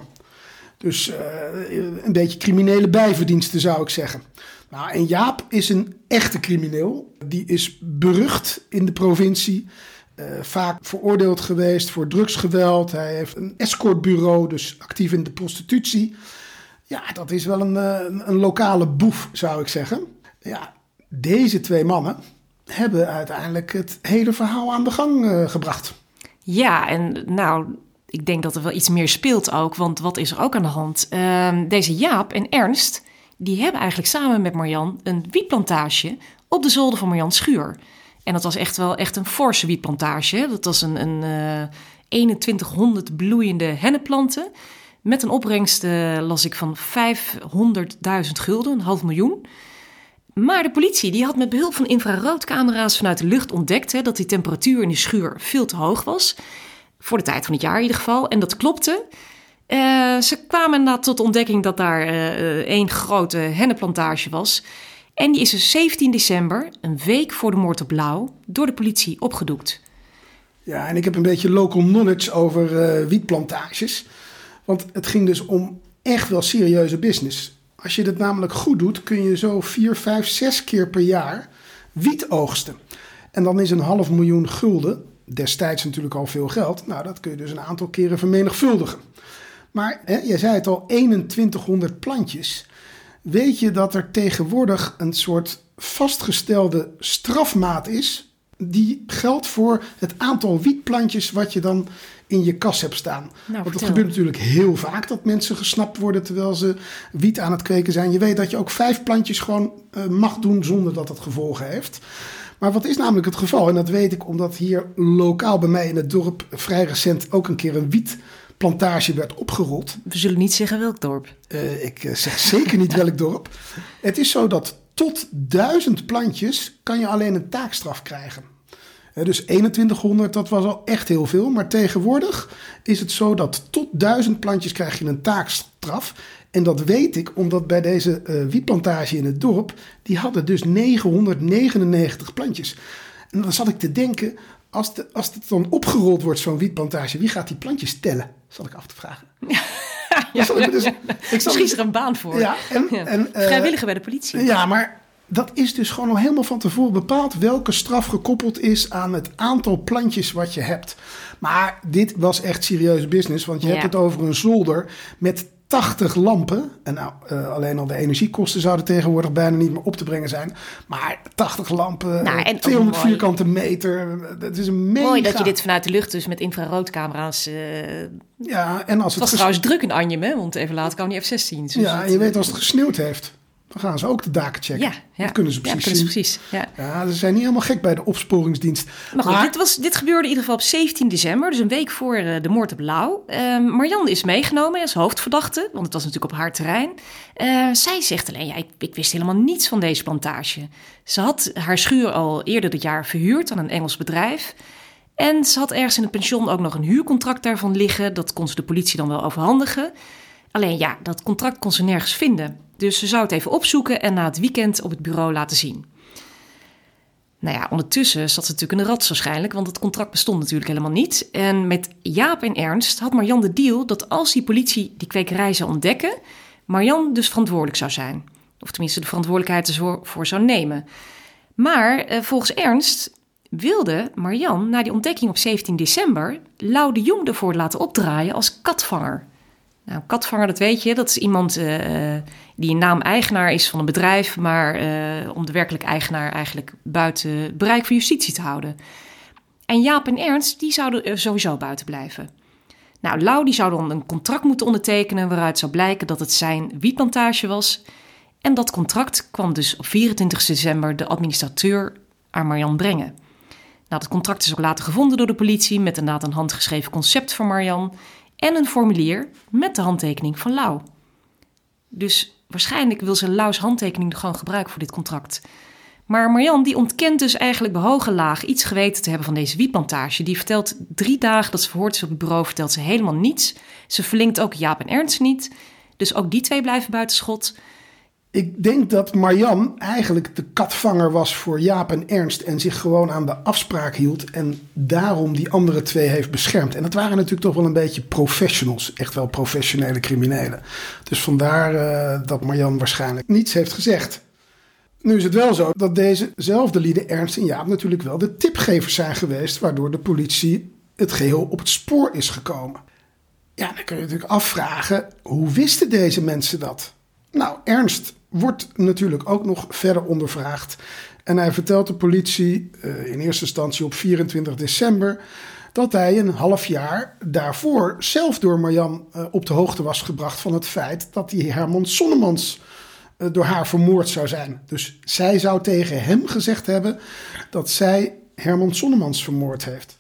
Dus uh, een beetje criminele bijverdiensten zou ik zeggen. Nou, en Jaap is een echte crimineel. Die is berucht in de provincie. Uh, vaak veroordeeld geweest voor drugsgeweld. Hij heeft een escortbureau, dus actief in de prostitutie. Ja, dat is wel een, een, een lokale boef, zou ik zeggen. Ja, deze twee mannen hebben uiteindelijk het hele verhaal aan de gang uh, gebracht. Ja, en nou, ik denk dat er wel iets meer speelt ook, want wat is er ook aan de hand? Uh, deze Jaap en Ernst, die hebben eigenlijk samen met Marjan een wietplantage op de zolder van Marjans schuur. En dat was echt wel echt een forse wietplantage. Dat was een, een uh, eenentwintighonderd bloeiende hennepplanten met een opbrengst, uh, las ik, van vijfhonderdduizend gulden, een half miljoen. Maar de politie die had met behulp van infraroodcamera's vanuit de lucht ontdekt hè, dat die temperatuur in de schuur veel te hoog was. Voor de tijd van het jaar in ieder geval. En dat klopte. Uh, ze kwamen inderdaad tot de ontdekking dat daar uh, één grote hennenplantage was. En die is dus zeventien december, een week voor de moord op Lau, door de politie opgedoekt. Ja, en ik heb een beetje local knowledge over uh, wietplantages. Want het ging dus om echt wel serieuze business. Als je dit namelijk goed doet, kun je zo vier, vijf, zes keer per jaar wiet oogsten. En dan is een half miljoen gulden, destijds natuurlijk al veel geld. Nou, dat kun je dus een aantal keren vermenigvuldigen. Maar, hè, jij zei het al, eenentwintighonderd plantjes. Weet je dat er tegenwoordig een soort vastgestelde strafmaat is? Die geldt voor het aantal wietplantjes wat je dan in je kas hebt staan. Nou, Want het gebeurt natuurlijk heel vaak dat mensen gesnapt worden terwijl ze wiet aan het kweken zijn. Je weet dat je ook vijf plantjes gewoon uh, mag doen zonder dat het gevolgen heeft. Maar wat is namelijk het geval? En dat weet ik omdat hier lokaal bij mij in het dorp vrij recent ook een keer een wietplantage werd opgerold. We zullen niet zeggen welk dorp. Uh, ik uh, zeg zeker niet welk dorp. Het is zo dat tot duizend plantjes kan je alleen een taakstraf krijgen. Dus eenentwintighonderd, dat was al echt heel veel. Maar tegenwoordig is het zo dat tot duizend plantjes krijg je een taakstraf. En dat weet ik omdat bij deze uh, wietplantage in het dorp, die hadden dus negenhonderdnegenennegentig plantjes. En dan zat ik te denken, als, de, als het dan opgerold wordt, zo'n wietplantage, wie gaat die plantjes tellen? Zat ik af te vragen. Ja. Ja, ik dus, ik misschien is er een baan voor. Ja, en, ja. en, uh, Vrijwilliger bij de politie. Ja, maar dat is dus gewoon al helemaal van tevoren bepaald welke straf gekoppeld is aan het aantal plantjes wat je hebt. Maar dit was echt serieuze business, want je ja. hebt het over een zolder met tachtig lampen. En nou, uh, alleen al de energiekosten zouden tegenwoordig bijna niet meer op te brengen zijn. Maar tachtig lampen, nou, en tweehonderd vierkante meter. Dat is een mega... Mooi dat je dit vanuit de lucht dus met infraroodcamera's... Uh... Ja, en als het, het was ges... trouwens druk in Arnhem, hè? Want even later kwam die F zestien. Dus ja, het... en je weet als het gesneeuwd heeft, dan gaan ze ook de daken checken. Ja, ja. Dat kunnen ze precies ja, kunnen zien. Ze precies, ja. ja, ze zijn niet helemaal gek bij de opsporingsdienst. Maar goed, maar... Dit, was, dit gebeurde in ieder geval op zeventien december, dus een week voor uh, de moord op Lau. Uh, Marianne is meegenomen als hoofdverdachte, want het was natuurlijk op haar terrein. Uh, zij zegt alleen, ja, ik, ik wist helemaal niets van deze plantage. Ze had haar schuur al eerder dit jaar verhuurd aan een Engels bedrijf. En ze had ergens in het pension ook nog een huurcontract daarvan liggen. Dat kon ze de politie dan wel overhandigen. Alleen ja, dat contract kon ze nergens vinden. Dus ze zou het even opzoeken en na het weekend op het bureau laten zien. Nou ja, ondertussen zat ze natuurlijk in de rats waarschijnlijk, want het contract bestond natuurlijk helemaal niet. En met Jaap en Ernst had Marianne de deal dat als die politie die kwekerij zou ontdekken, Marianne dus verantwoordelijk zou zijn. Of tenminste de verantwoordelijkheid ervoor zou nemen. Maar eh, volgens Ernst wilde Marianne na die ontdekking op zeventien december Lau de Jong ervoor laten opdraaien als katvanger. Nou, katvanger, dat weet je, dat is iemand uh, die in naam eigenaar is van een bedrijf, maar uh, om de werkelijke eigenaar eigenlijk buiten bereik van justitie te houden. En Jaap en Ernst, die zouden uh, sowieso buiten blijven. Nou, Lau die zou dan een contract moeten ondertekenen waaruit zou blijken dat het zijn wietplantage was. En dat contract kwam dus op vierentwintig december de administrateur aan Marianne brengen. Nou, dat contract is ook later gevonden door de politie met inderdaad een handgeschreven concept van Marianne en een formulier met de handtekening van Lau. Dus waarschijnlijk wil ze Lau's handtekening gewoon gebruiken voor dit contract. Maar Marianne die ontkent dus eigenlijk behogen laag iets geweten te hebben van deze wietplantage. Die vertelt drie dagen dat ze verhoord is op het bureau, vertelt ze helemaal niets. Ze verlinkt ook Jaap en Ernst niet. Dus ook die twee blijven buitenschot. Ik denk dat Marianne eigenlijk de katvanger was voor Jaap en Ernst en zich gewoon aan de afspraak hield en daarom die andere twee heeft beschermd. En dat waren natuurlijk toch wel een beetje professionals, echt wel professionele criminelen. Dus vandaar uh, dat Marianne waarschijnlijk niets heeft gezegd. Nu is het wel zo dat dezezelfde lieden, Ernst en Jaap, natuurlijk wel de tipgevers zijn geweest, waardoor de politie het geheel op het spoor is gekomen. Ja, dan kun je natuurlijk afvragen, hoe wisten deze mensen dat? Nou, Ernst wordt natuurlijk ook nog verder ondervraagd. En hij vertelt de politie uh, in eerste instantie op vierentwintig december... dat hij een half jaar daarvoor zelf door Marianne uh, op de hoogte was gebracht van het feit dat die Herman Sonnemans uh, door haar vermoord zou zijn. Dus zij zou tegen hem gezegd hebben dat zij Herman Sonnemans vermoord heeft.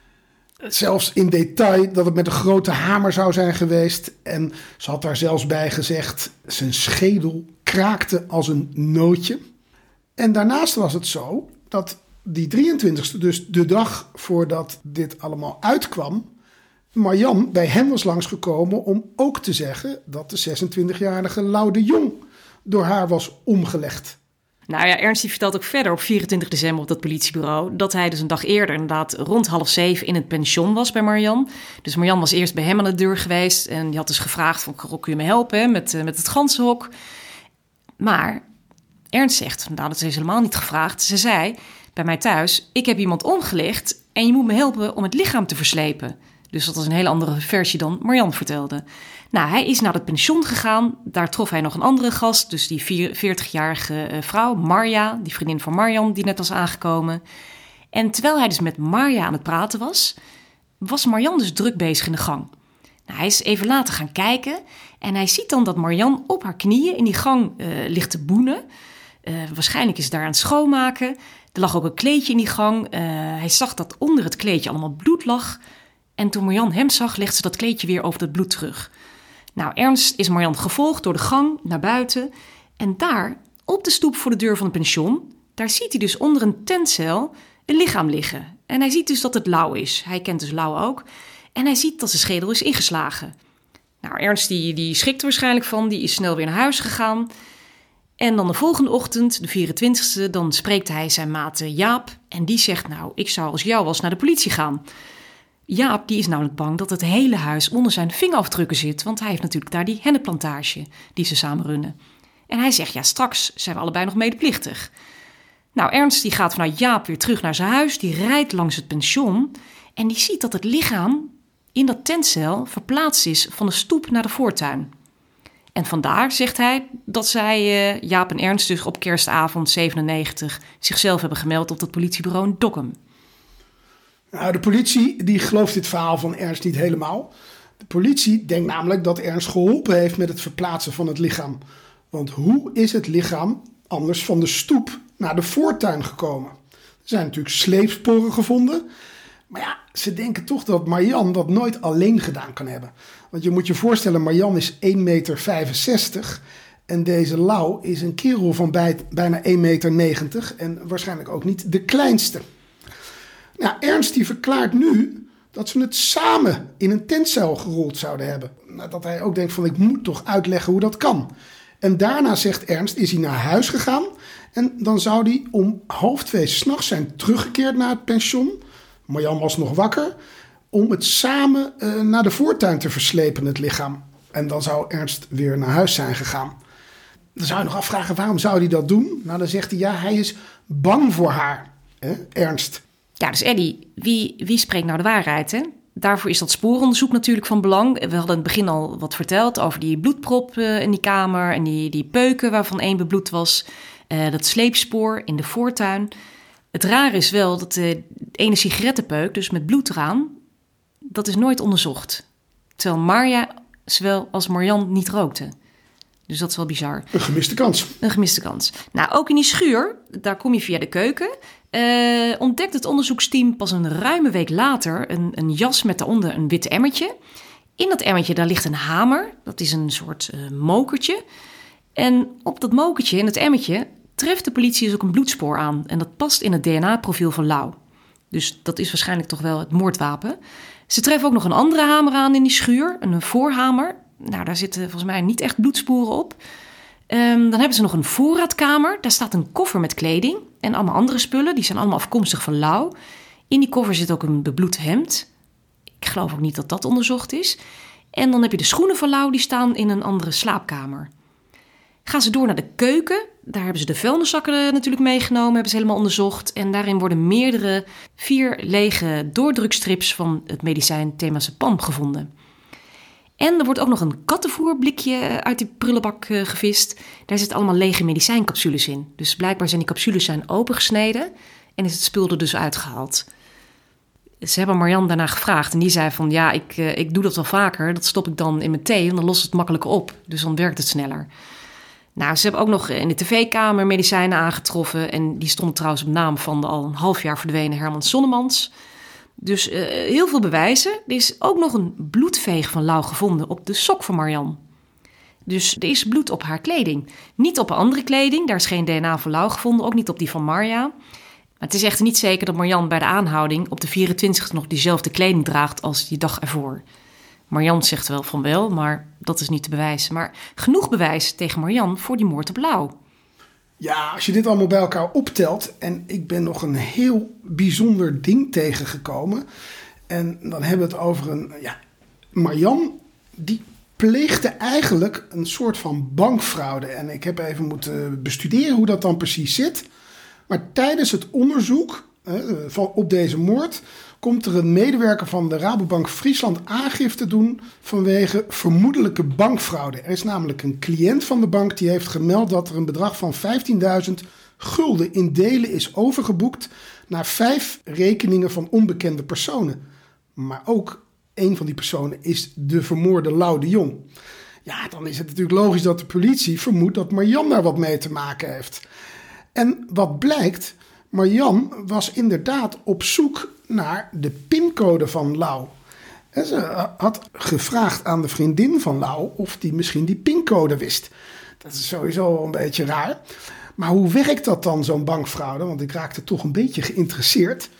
Zelfs in detail dat het met een grote hamer zou zijn geweest. En ze had daar zelfs bij gezegd, zijn schedel kraakte als een nootje. En daarnaast was het zo dat die drieëntwintigste, dus de dag voordat dit allemaal uitkwam, Marianne bij hem was langsgekomen om ook te zeggen dat de zesentwintigjarige Lau de Jong door haar was omgelegd. Nou ja, Ernst die vertelt ook verder op vierentwintig december op dat politiebureau dat hij dus een dag eerder inderdaad rond half zeven in het pension was bij Marianne. Dus Marianne was eerst bij hem aan de deur geweest en die had dus gevraagd van, kun je me helpen hè, met, met het ganzenhok? Maar Ernst zegt, nou dat is helemaal niet gevraagd. Ze zei, bij mij thuis, ik heb iemand omgelegd en je moet me helpen om het lichaam te verslepen. Dus dat was een hele andere versie dan Marianne vertelde. Nou, hij is naar het pension gegaan. Daar trof hij nog een andere gast. Dus die veertigjarige vrouw, Marja. Die vriendin van Marianne, die net was aangekomen. En terwijl hij dus met Marja aan het praten was, was Marianne dus druk bezig in de gang. Nou, hij is even later gaan kijken. En hij ziet dan dat Marianne op haar knieën in die gang uh, ligt te boenen. Uh, waarschijnlijk is ze daar aan het schoonmaken. Er lag ook een kleedje in die gang. Uh, hij zag dat onder het kleedje allemaal bloed lag. En toen Marianne hem zag, legde ze dat kleedje weer over het bloed terug. Nou, Ernst is Marianne gevolgd door de gang naar buiten. En daar, op de stoep voor de deur van het pension, daar ziet hij dus onder een tentcel een lichaam liggen. En hij ziet dus dat het Lau is. Hij kent dus Lau ook. En hij ziet dat zijn schedel is ingeslagen. Nou, Ernst die, die schrikt er waarschijnlijk van. Die is snel weer naar huis gegaan. En dan de volgende ochtend, de vierentwintigste, dan spreekt hij zijn maat Jaap. En die zegt, nou, ik zou als jou was naar de politie gaan. Jaap die is namelijk bang dat het hele huis onder zijn vingerafdrukken zit. Want hij heeft natuurlijk daar die hennenplantage die ze samen runnen. En hij zegt, ja, straks zijn we allebei nog medeplichtig. Nou, Ernst die gaat vanuit Jaap weer terug naar zijn huis. Die rijdt langs het pension. En die ziet dat het lichaam in dat tentcel verplaatst is van de stoep naar de voortuin. En vandaar, zegt hij, dat zij, uh, Jaap en Ernst, dus op kerstavond zevenennegentig... zichzelf hebben gemeld op het politiebureau in Dokkum. Nou, de politie die gelooft dit verhaal van Ernst niet helemaal. De politie denkt namelijk dat Ernst geholpen heeft met het verplaatsen van het lichaam. Want hoe is het lichaam anders van de stoep naar de voortuin gekomen? Er zijn natuurlijk sleepsporen gevonden. Maar ja, ze denken toch dat Marjan dat nooit alleen gedaan kan hebben. Want je moet je voorstellen, Marjan is één meter vijfenzestig... en deze Lau is een kerel van bij, bijna één meter negentig... en waarschijnlijk ook niet de kleinste. Nou, Ernst die verklaart nu dat ze het samen in een tentcel gerold zouden hebben. Nou, dat hij ook denkt van, ik moet toch uitleggen hoe dat kan. En daarna, zegt Ernst, is hij naar huis gegaan... en dan zou hij om half twee 's nachts zijn teruggekeerd naar het pension... Marjan was nog wakker om het samen uh, naar de voortuin te verslepen, het lichaam. En dan zou Ernst weer naar huis zijn gegaan. Dan zou je nog afvragen, waarom zou hij dat doen? Nou, dan zegt hij, ja, hij is bang voor haar, hè? Ernst. Ja, dus Eddy, wie, wie spreekt nou de waarheid, hè? Daarvoor is dat spooronderzoek natuurlijk van belang. We hadden in het begin al wat verteld over die bloedprop uh, in die kamer... en die, die peuken waarvan één bebloed was. Uh, dat sleepspoor in de voortuin... Het rare is wel dat de ene sigarettenpeuk, dus met bloed eraan, dat is nooit onderzocht. Terwijl Marja zowel als Marjan niet rookte. Dus dat is wel bizar. Een gemiste kans. Een gemiste kans. Nou, ook in die schuur, daar kom je via de keuken, uh, ontdekt het onderzoeksteam pas een ruime week later een, een jas met daaronder een wit emmertje. In dat emmertje daar ligt een hamer, dat is een soort uh, mokertje. En op dat mokertje, in het emmertje, treft de politie dus ook een bloedspoor aan. En dat past in het D N A-profiel van Lau. Dus dat is waarschijnlijk toch wel het moordwapen. Ze treffen ook nog een andere hamer aan in die schuur. Een voorhamer. Nou, daar zitten volgens mij niet echt bloedsporen op. Um, dan hebben ze nog een voorraadkamer. Daar staat een koffer met kleding. En allemaal andere spullen. Die zijn allemaal afkomstig van Lau. In die koffer zit ook een bebloed hemd. Ik geloof ook niet dat dat onderzocht is. En dan heb je de schoenen van Lau. Die staan in een andere slaapkamer. Gaan ze door naar de keuken. Daar hebben ze de vuilniszakken natuurlijk meegenomen. Hebben ze helemaal onderzocht. En daarin worden meerdere vier lege doordrukstrips van het medicijn Temazepam gevonden. En er wordt ook nog een kattenvoerblikje uit die prullenbak uh, gevist. Daar zitten allemaal lege medicijncapsules in. Dus blijkbaar zijn die capsules zijn opengesneden. En is het spul er dus uitgehaald. Ze hebben Marjan daarna gevraagd. En die zei van, ja, ik, uh, ik doe dat wel vaker. Dat stop ik dan in mijn thee en dan lost het makkelijker op. Dus dan werkt het sneller. Nou, ze hebben ook nog in de tv-kamer medicijnen aangetroffen. En die stonden trouwens op naam van de al een half jaar verdwenen Herman Sonnemans. Dus uh, heel veel bewijzen. Er is ook nog een bloedveeg van Lau gevonden op de sok van Marjan. Dus er is bloed op haar kleding. Niet op andere kleding, daar is geen D N A van Lau gevonden. Ook niet op die van Marja. Maar het is echter niet zeker dat Marjan bij de aanhouding op de vierentwintigste nog diezelfde kleding draagt als die dag ervoor. Marjan zegt wel van wel, maar dat is niet te bewijzen. Maar genoeg bewijs tegen Marjan voor die moord op Lau. Ja, als je dit allemaal bij elkaar optelt... en ik ben nog een heel bijzonder ding tegengekomen... en dan hebben we het over een... ja, Marjan, die pleegde eigenlijk een soort van bankfraude. En ik heb even moeten bestuderen hoe dat dan precies zit. Maar tijdens het onderzoek eh, van, op deze moord... komt er een medewerker van de Rabobank Friesland aangifte doen vanwege vermoedelijke bankfraude. Er is namelijk een cliënt van de bank die heeft gemeld dat er een bedrag van vijftienduizend gulden in delen is overgeboekt naar vijf rekeningen van onbekende personen. Maar ook een van die personen is de vermoorde Lau de Jong. Ja, dan is het natuurlijk logisch dat de politie vermoedt dat Marjan daar wat mee te maken heeft. En wat blijkt, Marjan was inderdaad op zoek naar de pincode van Lau. En ze had gevraagd aan de vriendin van Lau of die misschien die pincode wist. Dat is sowieso wel een beetje raar. Maar hoe werkt dat dan, zo'n bankfraude? Want ik raakte toch een beetje geïnteresseerd.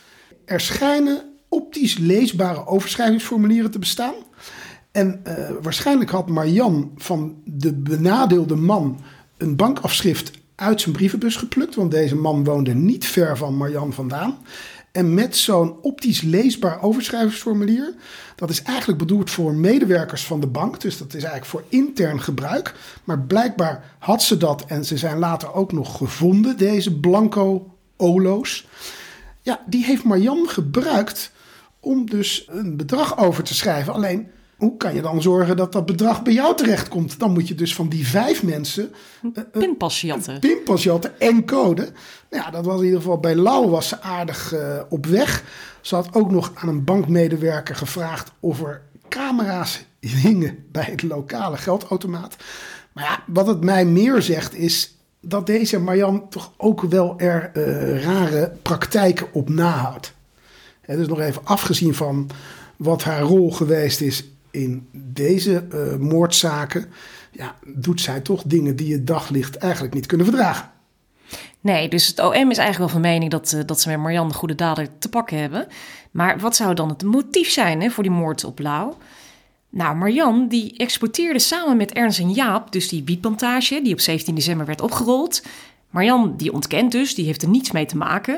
er schijnen optisch leesbare overschrijvingsformulieren te bestaan. En uh, waarschijnlijk had Marianne van de benadeelde man een bankafschrift uit zijn brievenbus geplukt. Want deze man woonde niet ver van Marianne vandaan. En met zo'n optisch leesbaar overschrijvingsformulier, dat is eigenlijk bedoeld voor medewerkers van de bank. Dus dat is eigenlijk voor intern gebruik. Maar blijkbaar had ze dat en ze zijn later ook nog gevonden, deze blanco olo's. Ja, die heeft Marianne gebruikt om dus een bedrag over te schrijven. Alleen, hoe kan je dan zorgen dat dat bedrag bij jou terechtkomt? Dan moet je dus van die vijf mensen een pinpas jatten. Een pinpas jatten en code. Nou ja, dat was in ieder geval bij Lau was ze aardig uh, op weg. Ze had ook nog aan een bankmedewerker gevraagd of er camera's hingen bij het lokale geldautomaat. Maar ja, wat het mij meer zegt is dat deze Marianne toch ook wel er uh, rare praktijken op nahoudt. He, dus nog even afgezien van wat haar rol geweest is in deze uh, moordzaken, ja, doet zij toch dingen die het daglicht eigenlijk niet kunnen verdragen. Nee, dus het O M is eigenlijk wel van mening dat, uh, dat ze met Marianne de goede dader te pakken hebben. Maar wat zou dan het motief zijn, hè, voor die moord op Lau? Nou, Marianne die exporteerde samen met Ernst en Jaap dus die wietplantage die op zeventien december werd opgerold. Marianne die ontkent dus, die heeft er niets mee te maken.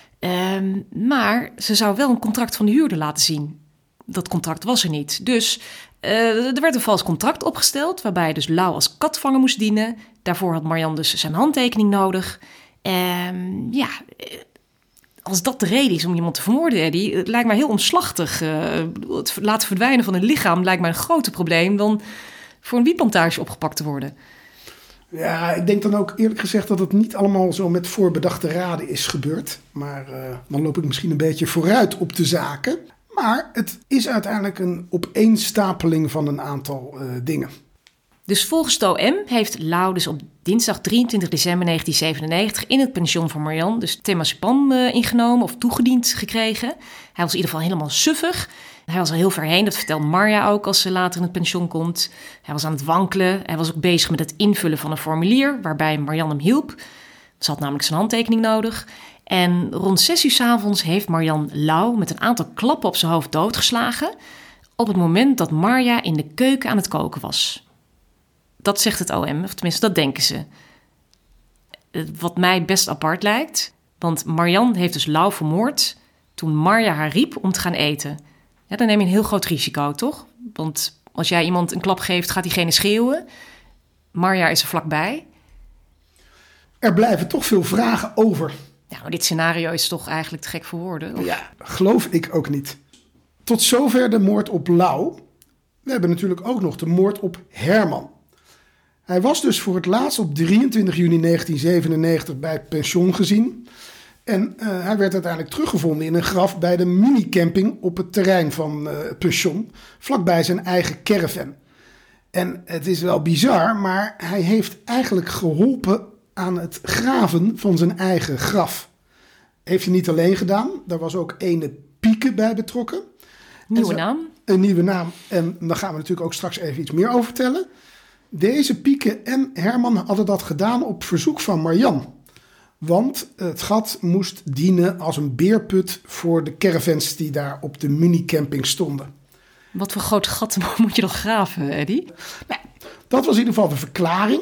Um, maar ze zou wel een contract van de huurder laten zien. Dat contract was er niet. Dus uh, er werd een vals contract opgesteld, waarbij dus Lau als katvanger moest dienen. Daarvoor had Marianne dus zijn handtekening nodig. Um, ja, als dat de reden is om iemand te vermoorden, Eddie, het lijkt mij heel omslachtig. Uh, het laten verdwijnen van een lichaam lijkt mij een groter probleem dan voor een wietplantage opgepakt te worden. Ja, ik denk dan ook eerlijk gezegd dat het niet allemaal zo met voorbedachte raden is gebeurd. Maar uh, dan loop ik misschien een beetje vooruit op de zaken. Maar het is uiteindelijk een opeenstapeling van een aantal uh, dingen. Dus volgens het O M heeft Lau dus op dinsdag drieëntwintig december negentien zevenennegentig in het pension van Marianne dus temazepam uh, ingenomen of toegediend gekregen. Hij was in ieder geval helemaal suffig. Hij was al heel ver heen, dat vertelt Marja ook als ze later in het pension komt. Hij was aan het wankelen. Hij was ook bezig met het invullen van een formulier waarbij Marianne hem hielp. Ze had namelijk zijn handtekening nodig. En rond zes uur 's avonds heeft Marianne Lau met een aantal klappen op zijn hoofd doodgeslagen op het moment dat Marja in de keuken aan het koken was. Dat zegt het O M, of tenminste dat denken ze. Wat mij best apart lijkt, want Marianne heeft dus Lau vermoord toen Marja haar riep om te gaan eten. Ja, dan neem je een heel groot risico, toch? Want als jij iemand een klap geeft, gaat diegene schreeuwen. Marja is er vlakbij. Er blijven toch veel vragen over. Ja, maar dit scenario is toch eigenlijk te gek voor woorden? Of? Ja, geloof ik ook niet. Tot zover de moord op Lau. We hebben natuurlijk ook nog de moord op Herman. Hij was dus voor het laatst op drieëntwintig juni negentien zevenennegentig bij het pension gezien. En uh, hij werd uiteindelijk teruggevonden in een graf bij de minicamping op het terrein van uh, het pension, vlakbij zijn eigen caravan. En het is wel bizar, maar hij heeft eigenlijk geholpen aan het graven van zijn eigen graf. Heeft hij niet alleen gedaan, daar was ook ene Pieke bij betrokken. Nieuwe zo, naam. Een nieuwe naam, en daar gaan we natuurlijk ook straks even iets meer over vertellen. Deze Pieke en Herman hadden dat gedaan op verzoek van Marianne. Want het gat moest dienen als een beerput voor de caravans die daar op de minicamping stonden. Wat voor grote gatten moet je dan graven, Eddie? Nou, dat was in ieder geval de verklaring.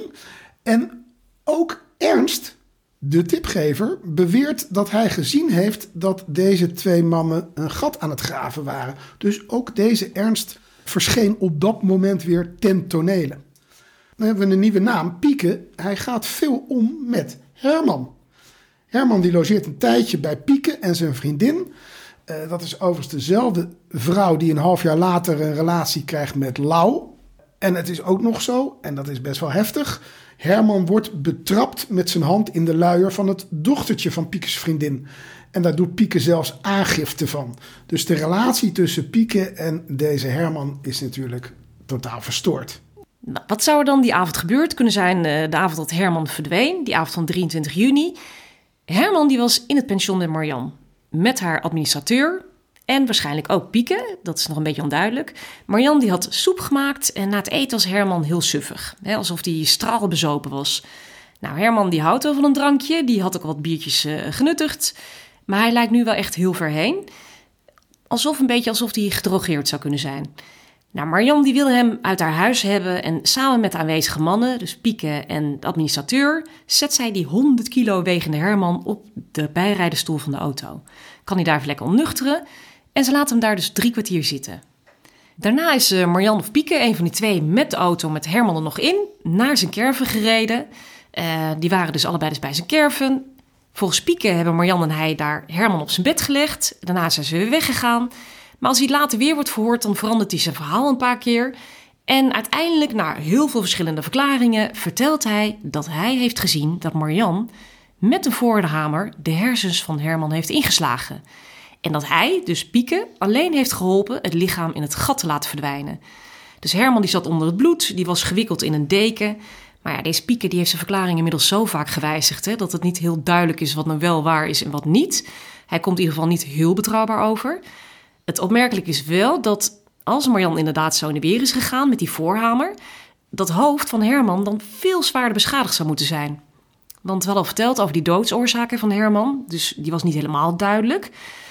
En ook Ernst, de tipgever, beweert dat hij gezien heeft dat deze twee mannen een gat aan het graven waren. Dus ook deze Ernst verscheen op dat moment weer ten tonele. Dan hebben we een nieuwe naam, Pieke. Hij gaat veel om met Herman. Herman die logeert een tijdje bij Pieke en zijn vriendin. Uh, dat is overigens dezelfde vrouw die een half jaar later een relatie krijgt met Lau. En het is ook nog zo, en dat is best wel heftig, Herman wordt betrapt met zijn hand in de luier van het dochtertje van Piekes vriendin. En daar doet Pieke zelfs aangifte van. Dus de relatie tussen Pieke en deze Herman is natuurlijk totaal verstoord. Nou, wat zou er dan die avond gebeurd kunnen zijn? De avond dat Herman verdween, die avond van drieëntwintig juni. Herman die was in het pension met Marianne. Met haar administrateur en waarschijnlijk ook Pieke. Dat is nog een beetje onduidelijk. Marianne die had soep gemaakt en na het eten was Herman heel suffig. Hè, alsof hij straalbezopen was. Nou, Herman die houdt wel van een drankje. Die had ook wat biertjes uh, genuttigd. Maar hij lijkt nu wel echt heel ver heen. Alsof een beetje alsof hij gedrogeerd zou kunnen zijn. Nou, Marianne die wilde hem uit haar huis hebben en samen met de aanwezige mannen, dus Pieke en de administrateur, zet zij die honderd kilo wegende Herman op de bijrijdenstoel van de auto. Kan hij daar even lekker ontnuchteren en ze laat hem daar dus drie kwartier zitten. Daarna is Marianne of Pieke, een van die twee, met de auto met Herman er nog in, naar zijn caravan gereden. Uh, die waren dus allebei dus bij zijn caravan. Volgens Pieke hebben Marianne en hij daar Herman op zijn bed gelegd. Daarna zijn ze weer weggegaan. Maar als hij later weer wordt verhoord, dan verandert hij zijn verhaal een paar keer. En uiteindelijk, na heel veel verschillende verklaringen, vertelt hij dat hij heeft gezien dat Marianne met een voordehamer de hersens van Herman heeft ingeslagen. En dat hij, dus Pieke, alleen heeft geholpen het lichaam in het gat te laten verdwijnen. Dus Herman die zat onder het bloed, die was gewikkeld in een deken. Maar ja, deze Pieke die heeft zijn verklaring inmiddels zo vaak gewijzigd, hè, dat het niet heel duidelijk is wat nou wel waar is en wat niet. Hij komt in ieder geval niet heel betrouwbaar over. Het opmerkelijk is wel dat als Marianne inderdaad zo in de weer is gegaan met die voorhamer, dat hoofd van Herman dan veel zwaarder beschadigd zou moeten zijn. Want we hadden al verteld over die doodsoorzaken van Herman, dus die was niet helemaal duidelijk.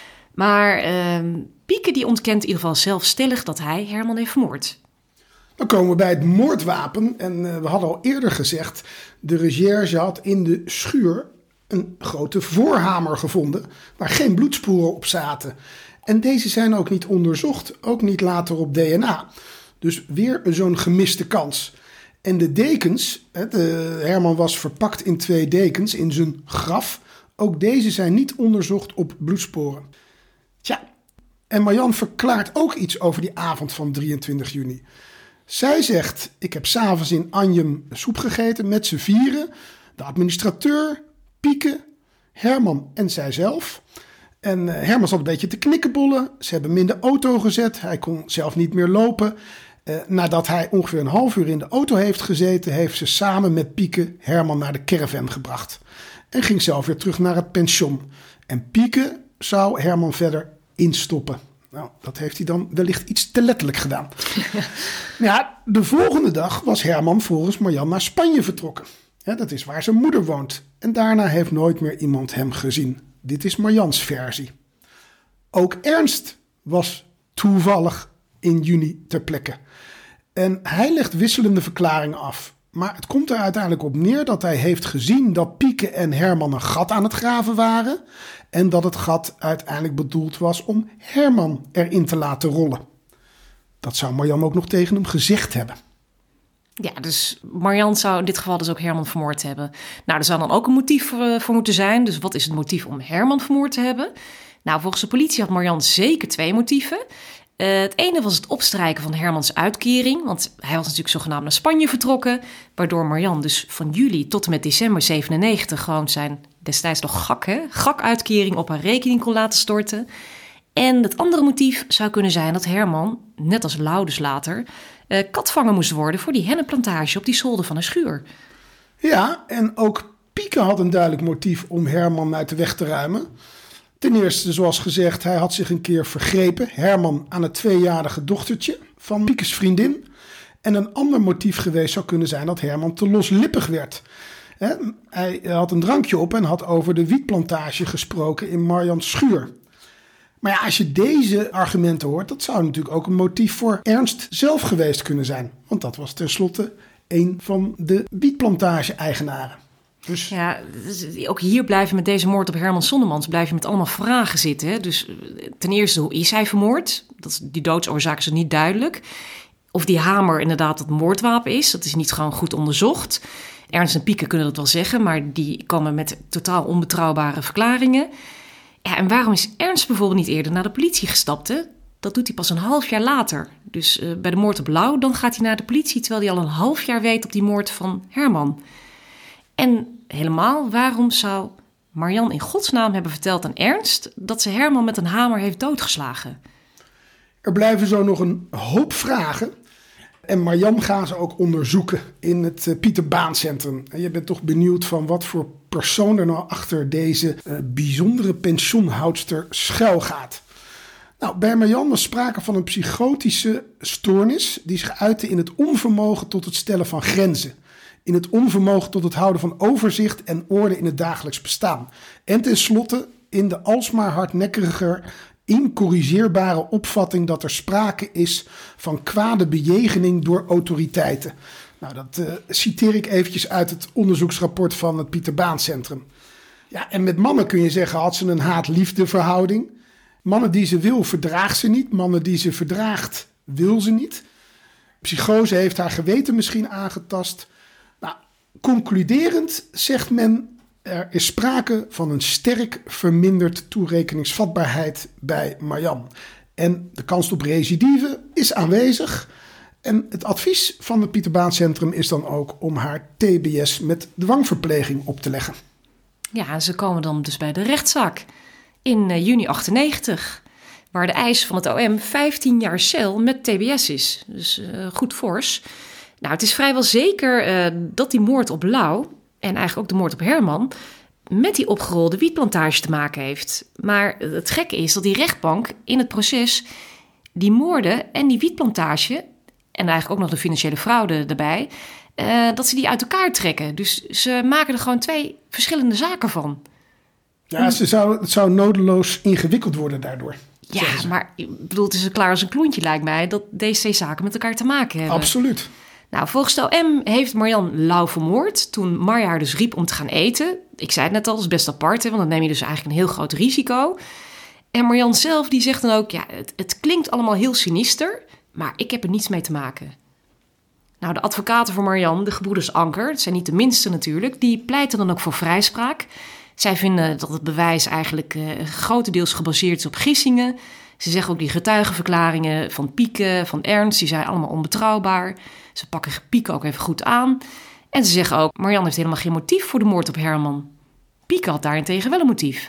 Maar uh, Pieke die ontkent in ieder geval zelf stellig dat hij Herman heeft vermoord. Dan komen we bij het moordwapen. En uh, we hadden al eerder gezegd, de recherche had in de schuur een grote voorhamer gevonden, waar geen bloedsporen op zaten. En deze zijn ook niet onderzocht, ook niet later op D N A. Dus weer zo'n gemiste kans. En de dekens, de Herman was verpakt in twee dekens in zijn graf. Ook deze zijn niet onderzocht op bloedsporen. Tja, en Marianne verklaart ook iets over die avond van drieëntwintig juni. Zij zegt, ik heb 's avonds in Anjem soep gegeten met z'n vieren. De administrateur, Pieke, Herman en zijzelf. En uh, Herman zat een beetje te knikkenbollen. Ze hebben hem in de auto gezet. Hij kon zelf niet meer lopen. Uh, nadat hij ongeveer een half uur in de auto heeft gezeten, heeft ze samen met Pieke Herman naar de caravan gebracht. En ging zelf weer terug naar het pension. En Pieke zou Herman verder instoppen. Nou, dat heeft hij dan wellicht iets te letterlijk gedaan. Ja, de volgende dag was Herman volgens Marianne naar Spanje vertrokken. Ja, dat is waar zijn moeder woont. En daarna heeft nooit meer iemand hem gezien. Dit is Mariannes versie. Ook Ernst was toevallig in juni ter plekke. En hij legt wisselende verklaringen af. Maar het komt er uiteindelijk op neer dat hij heeft gezien dat Pieke en Herman een gat aan het graven waren. En dat het gat uiteindelijk bedoeld was om Herman erin te laten rollen. Dat zou Marianne ook nog tegen hem gezegd hebben. Ja, dus Marianne zou in dit geval dus ook Herman vermoord hebben. Nou, er zou dan ook een motief voor, voor moeten zijn. Dus wat is het motief om Herman vermoord te hebben? Nou, volgens de politie had Marianne zeker twee motieven. Uh, het ene was het opstrijken van Hermans uitkering, want hij was natuurlijk zogenaamd naar Spanje vertrokken, waardoor Marianne dus van juli tot en met december zevenennegentig gewoon zijn destijds nog gak, hè, gak-uitkering op haar rekening kon laten storten. En het andere motief zou kunnen zijn dat Herman, net als Lau dus later, uh, katvanger moest worden voor die hennenplantage op die zolder van een schuur. Ja, en ook Pieke had een duidelijk motief om Herman uit de weg te ruimen. Ten eerste, zoals gezegd, hij had zich een keer vergrepen, Herman, aan het tweejarige dochtertje van Piekes vriendin. En een ander motief geweest zou kunnen zijn dat Herman te loslippig werd. He, hij had een drankje op en had over de wietplantage gesproken in Mariannes schuur. Maar ja, als je deze argumenten hoort, dat zou natuurlijk ook een motief voor Ernst zelf geweest kunnen zijn. Want dat was tenslotte een van de wietplantage-eigenaren. Dus... Ja, dus ook hier blijven met deze moord op Herman Sondermans blijf je met allemaal vragen zitten. Hè? Dus ten eerste, hoe is hij vermoord? Dat, die doodsoorzaak is niet duidelijk. Of die hamer inderdaad het moordwapen is, dat is niet gewoon goed onderzocht. Ernst en Pieke kunnen dat wel zeggen, maar die komen met totaal onbetrouwbare verklaringen. Ja, en waarom is Ernst bijvoorbeeld niet eerder naar de politie gestapt? Hè? Dat doet hij pas een half jaar later. Dus uh, bij de moord op Lau, dan gaat hij naar de politie, terwijl hij al een half jaar weet op die moord van Herman. En helemaal, waarom zou Marianne in godsnaam hebben verteld aan Ernst dat ze Herman met een hamer heeft doodgeslagen? Er blijven zo nog een hoop vragen. En Marianne gaan ze ook onderzoeken in het uh, Pieter Baan Centrum. En je bent toch benieuwd van wat voor persoon er nou achter deze uh, bijzondere pensioenhoudster schuil gaat. Nou, bij Marianne was sprake van een psychotische stoornis die zich uitte in het onvermogen tot het stellen van grenzen. In het onvermogen tot het houden van overzicht en orde in het dagelijks bestaan. En tenslotte in de alsmaar hardnekkiger, incorrigeerbare opvatting dat er sprake is van kwade bejegening door autoriteiten. Nou, dat uh, citeer ik eventjes uit het onderzoeksrapport van het Pieter Baan Centrum. Ja, en met mannen kun je zeggen, had ze een haat-liefde verhouding. Mannen die ze wil, verdraagt ze niet. Mannen die ze verdraagt, wil ze niet. Psychose heeft haar geweten misschien aangetast. Nou, concluderend zegt men, er is sprake van een sterk verminderd toerekeningsvatbaarheid bij Marjan. En de kans op recidive is aanwezig. En het advies van het Pieter Baan Centrum is dan ook om haar T B S met dwangverpleging op te leggen. Ja, ze komen dan dus bij de rechtszaak in uh, juni achtennegentig, waar de eis van het O M vijftien jaar cel met T B S is. Dus uh, goed fors. Nou, het is vrijwel zeker uh, dat die moord op Lau en eigenlijk ook de moord op Herman met die opgerolde wietplantage te maken heeft. Maar het gekke is dat die rechtbank in het proces die moorden en die wietplantage en eigenlijk ook nog de financiële fraude erbij, uh, dat ze die uit elkaar trekken. Dus ze maken er gewoon twee verschillende zaken van. Ja, ze zou, het zou nodeloos ingewikkeld worden daardoor. Ja, maar ik bedoel, het is klaar als een kloentje lijkt mij dat deze twee zaken met elkaar te maken hebben. Absoluut. Nou, volgens de O M heeft Marjan Lau vermoord toen Marja haar dus riep om te gaan eten. Ik zei het net al, dat is best apart, hè, want dan neem je dus eigenlijk een heel groot risico. En Marjan zelf die zegt dan ook, ja, het, het klinkt allemaal heel sinister, maar ik heb er niets mee te maken. Nou, de advocaten voor Marjan, de gebroeders Anker, het zijn niet de minste natuurlijk, die pleiten dan ook voor vrijspraak. Zij vinden dat het bewijs eigenlijk uh, grotendeels gebaseerd is op gissingen. Ze zeggen ook die getuigenverklaringen van Pieke, van Ernst, die zijn allemaal onbetrouwbaar. Ze pakken Pieke ook even goed aan. En ze zeggen ook, Marjan heeft helemaal geen motief voor de moord op Herman. Pieke had daarentegen wel een motief.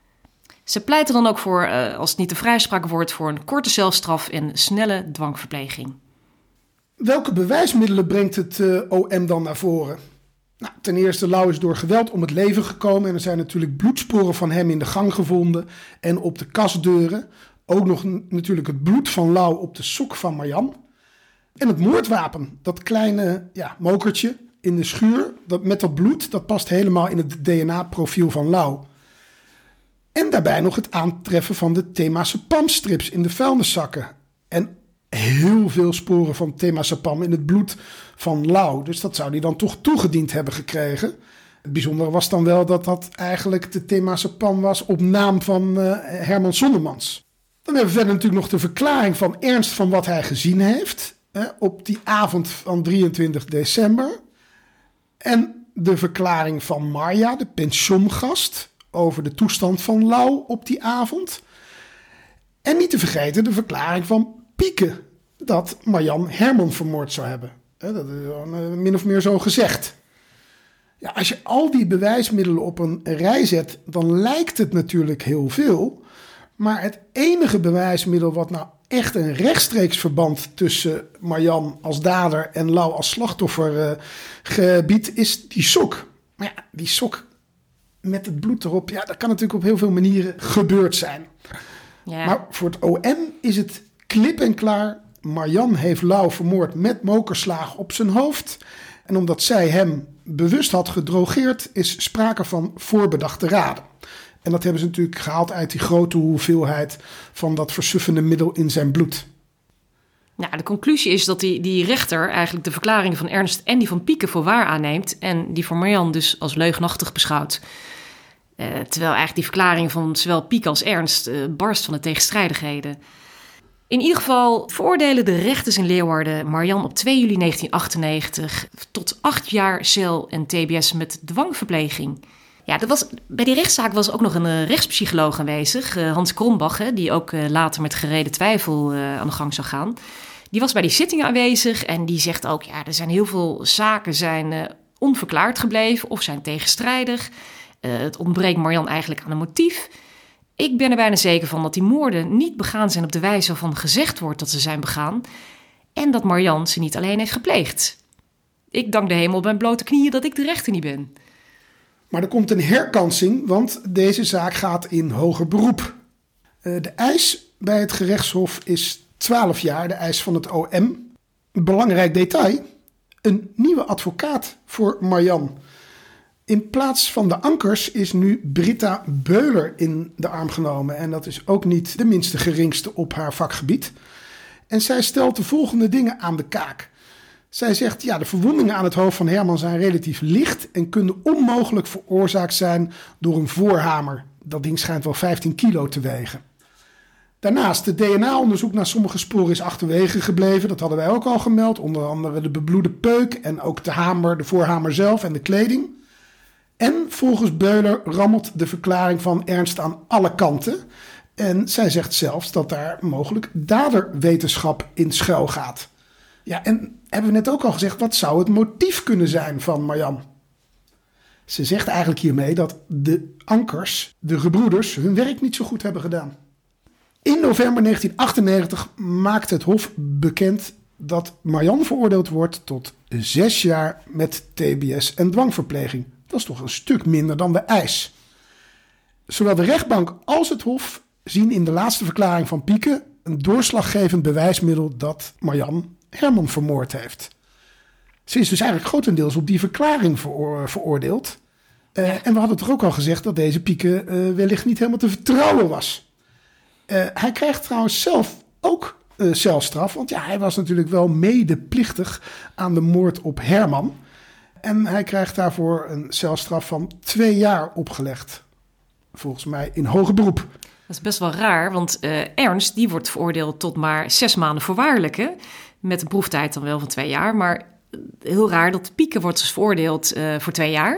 Ze pleiten dan ook voor, uh, als het niet de vrijspraak wordt, voor een korte celstraf en snelle dwangverpleging. Welke bewijsmiddelen brengt het uh, O M dan naar voren? Nou, ten eerste, Lau is door geweld om het leven gekomen. En er zijn natuurlijk bloedsporen van hem in de gang gevonden en op de kastdeuren. Ook nog n- natuurlijk het bloed van Lau op de sok van Marjan. En het moordwapen, dat kleine ja, mokertje in de schuur, dat, met dat bloed, dat past helemaal in het D N A-profiel van Lau. En daarbij nog het aantreffen van de temazepam-strips in de vuilniszakken. En heel veel sporen van temazepam in het bloed van Lau. Dus dat zou hij dan toch toegediend hebben gekregen. Het bijzondere was dan wel dat dat eigenlijk de temazepam was op naam van uh, Herman Sonnemans. Dan hebben we verder natuurlijk nog de verklaring van Ernst van wat hij gezien heeft. Hè, op die avond van drieëntwintig december. En de verklaring van Marja, de pensiongast, over de toestand van Lau op die avond. En niet te vergeten de verklaring van Pieke dat Marjan Herman vermoord zou hebben. Dat is min of meer zo gezegd. Ja, als je al die bewijsmiddelen op een rij zet, dan lijkt het natuurlijk heel veel. Maar het enige bewijsmiddel wat nou echt een rechtstreeks verband tussen Marjan als dader en Lau als slachtoffer uh, gebiedt, is die sok. Maar ja, die sok met het bloed erop, ja, dat kan natuurlijk op heel veel manieren gebeurd zijn. Ja. Maar voor het O M is het klip en klaar. Marjan heeft Lau vermoord met mokerslagen op zijn hoofd. En omdat zij hem bewust had gedrogeerd, is sprake van voorbedachte raden. En dat hebben ze natuurlijk gehaald uit die grote hoeveelheid van dat versuffende middel in zijn bloed. Nou, de conclusie is dat die, die rechter eigenlijk de verklaringen van Ernst en die van Pieke voor waar aanneemt. En die van Marjan dus als leugenachtig beschouwt. Uh, terwijl eigenlijk die verklaring van zowel Pieke als Ernst uh, barst van de tegenstrijdigheden. In ieder geval veroordelen de rechters in Leeuwarden Marjan op twee juli negentien achtennegentig tot acht jaar cel en T B S met dwangverpleging. Ja, dat was, bij die rechtszaak was ook nog een uh, rechtspsycholoog aanwezig, uh, Hans Krombach, hè, die ook uh, later met gereden twijfel uh, aan de gang zou gaan. Die was bij die zittingen aanwezig en die zegt ook, ja, er zijn heel veel zaken zijn uh, onverklaard gebleven of zijn tegenstrijdig. Uh, het ontbreekt Marjan eigenlijk aan een motief. Ik ben er bijna zeker van dat die moorden niet begaan zijn op de wijze waarvan gezegd wordt dat ze zijn begaan. En dat Marjan ze niet alleen heeft gepleegd. Ik dank de hemel op mijn blote knieën dat ik de rechter niet ben. Maar er komt een herkansing, want deze zaak gaat in hoger beroep. Uh, de eis bij het gerechtshof is twaalf jaar, de eis van het O M. Een belangrijk detail, een nieuwe advocaat voor Marjan. In plaats van de ankers is nu Britta Beuler in de arm genomen. En dat is ook niet de minste geringste op haar vakgebied. En zij stelt de volgende dingen aan de kaak. Zij zegt, ja, de verwondingen aan het hoofd van Herman zijn relatief licht en kunnen onmogelijk veroorzaakt zijn door een voorhamer. Dat ding schijnt wel vijftien kilo te wegen. Daarnaast, het D N A-onderzoek naar sommige sporen is achterwege gebleven. Dat hadden wij ook al gemeld. Onder andere de bebloede peuk en ook de hamer, de voorhamer zelf en de kleding. En volgens Beuler rammelt de verklaring van Ernst aan alle kanten. En zij zegt zelfs dat daar mogelijk daderwetenschap in schuil gaat. Ja, en hebben we net ook al gezegd, wat zou het motief kunnen zijn van Marjan? Ze zegt eigenlijk hiermee dat de ankers, de gebroeders, hun werk niet zo goed hebben gedaan. In november negentien achtennegentig maakt het Hof bekend dat Marjan veroordeeld wordt tot zes jaar met T B S en dwangverpleging. Dat is toch een stuk minder dan de eis. Zowel de rechtbank als het Hof zien in de laatste verklaring van Pieke een doorslaggevend bewijsmiddel dat Marjan Herman vermoord heeft. Ze is dus eigenlijk grotendeels op die verklaring veroor- veroordeeld. Uh, ja. En we hadden toch ook al gezegd dat deze Pieke uh, wellicht niet helemaal te vertrouwen was. Uh, hij krijgt trouwens zelf ook uh, celstraf. Want ja, hij was natuurlijk wel medeplichtig aan de moord op Herman. En hij krijgt daarvoor een celstraf van twee jaar opgelegd. Volgens mij in hoger beroep. Dat is best wel raar, want uh, Ernst die wordt veroordeeld tot maar zes maanden voorwaardelijke. Met een proeftijd dan wel van twee jaar. Maar heel raar dat Pieke wordt dus veroordeeld uh, voor twee jaar.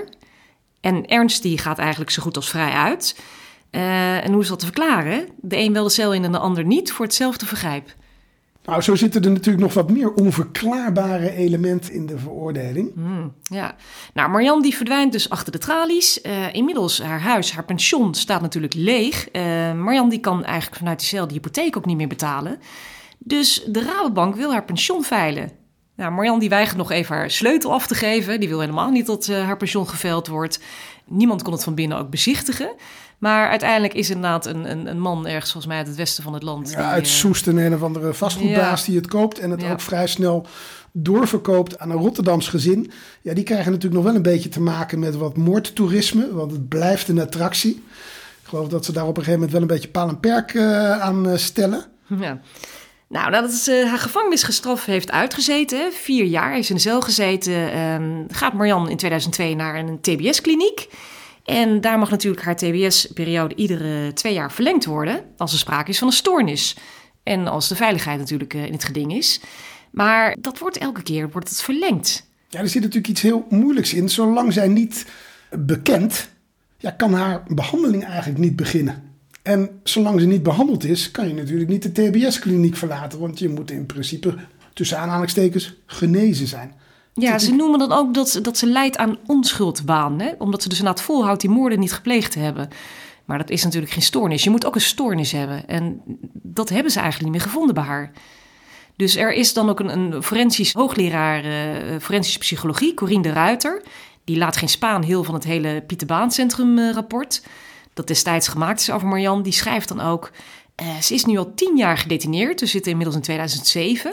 En Ernst die gaat eigenlijk zo goed als vrij uit. Uh, en hoe is dat te verklaren? De een wel de cel in en de ander niet voor hetzelfde vergrijp. Nou, zo zitten er natuurlijk nog wat meer onverklaarbare elementen in de veroordeling. Hmm, ja, nou, Marjan die verdwijnt dus achter de tralies. Uh, inmiddels haar huis, haar pension staat natuurlijk leeg. Uh, Marjan die kan eigenlijk vanuit de cel de hypotheek ook niet meer betalen. Dus de Rabobank wil haar pension veilen. Nou, Marjan die weigert nog even haar sleutel af te geven. Die wil helemaal niet dat uh, haar pension geveild wordt. Niemand kon het van binnen ook bezichtigen. Maar uiteindelijk is inderdaad een, een, een man ergens volgens mij uit het westen van het land. Ja, die, uit Soest een, een of andere vastgoedbaas ja. die het koopt en het Ja. ook vrij snel doorverkoopt aan een Rotterdams gezin. Ja, die krijgen natuurlijk nog wel een beetje te maken met wat moordtoerisme, want het blijft een attractie. Ik geloof dat ze daar op een gegeven moment wel een beetje paal en perk uh, aan uh, stellen. Ja. Nou, nadat ze uh, haar gevangenisstraf heeft uitgezeten, vier jaar is in de cel gezeten, um, gaat Marjan in tweeduizend twee naar een T B S-kliniek. En daar mag natuurlijk haar T B S-periode iedere twee jaar verlengd worden als er sprake is van een stoornis. En als de veiligheid natuurlijk uh, in het geding is. Maar dat wordt elke keer wordt het verlengd. Ja, er zit natuurlijk iets heel moeilijks in. Zolang zij niet bekend, ja, kan haar behandeling eigenlijk niet beginnen. En zolang ze niet behandeld is, kan je natuurlijk niet de T B S-kliniek verlaten. Want je moet in principe, tussen aanhalingstekens, genezen zijn. Ja, ze noemen dan ook dat, dat ze lijdt aan onschuldwaan. Hè? Omdat ze dus inderdaad volhoudt die moorden niet gepleegd te hebben. Maar dat is natuurlijk geen stoornis. Je moet ook een stoornis hebben. En dat hebben ze eigenlijk niet meer gevonden bij haar. Dus er is dan ook een, een forensisch hoogleraar uh, forensische psychologie, Corine de Ruiter. Die laat geen spaan heel van het hele Pieter Baan Centrum uh, rapport. Dat destijds gemaakt is over Marjan. Die schrijft dan ook, uh, ze is nu al tien jaar gedetineerd. We zitten inmiddels in tweeduizend zeven.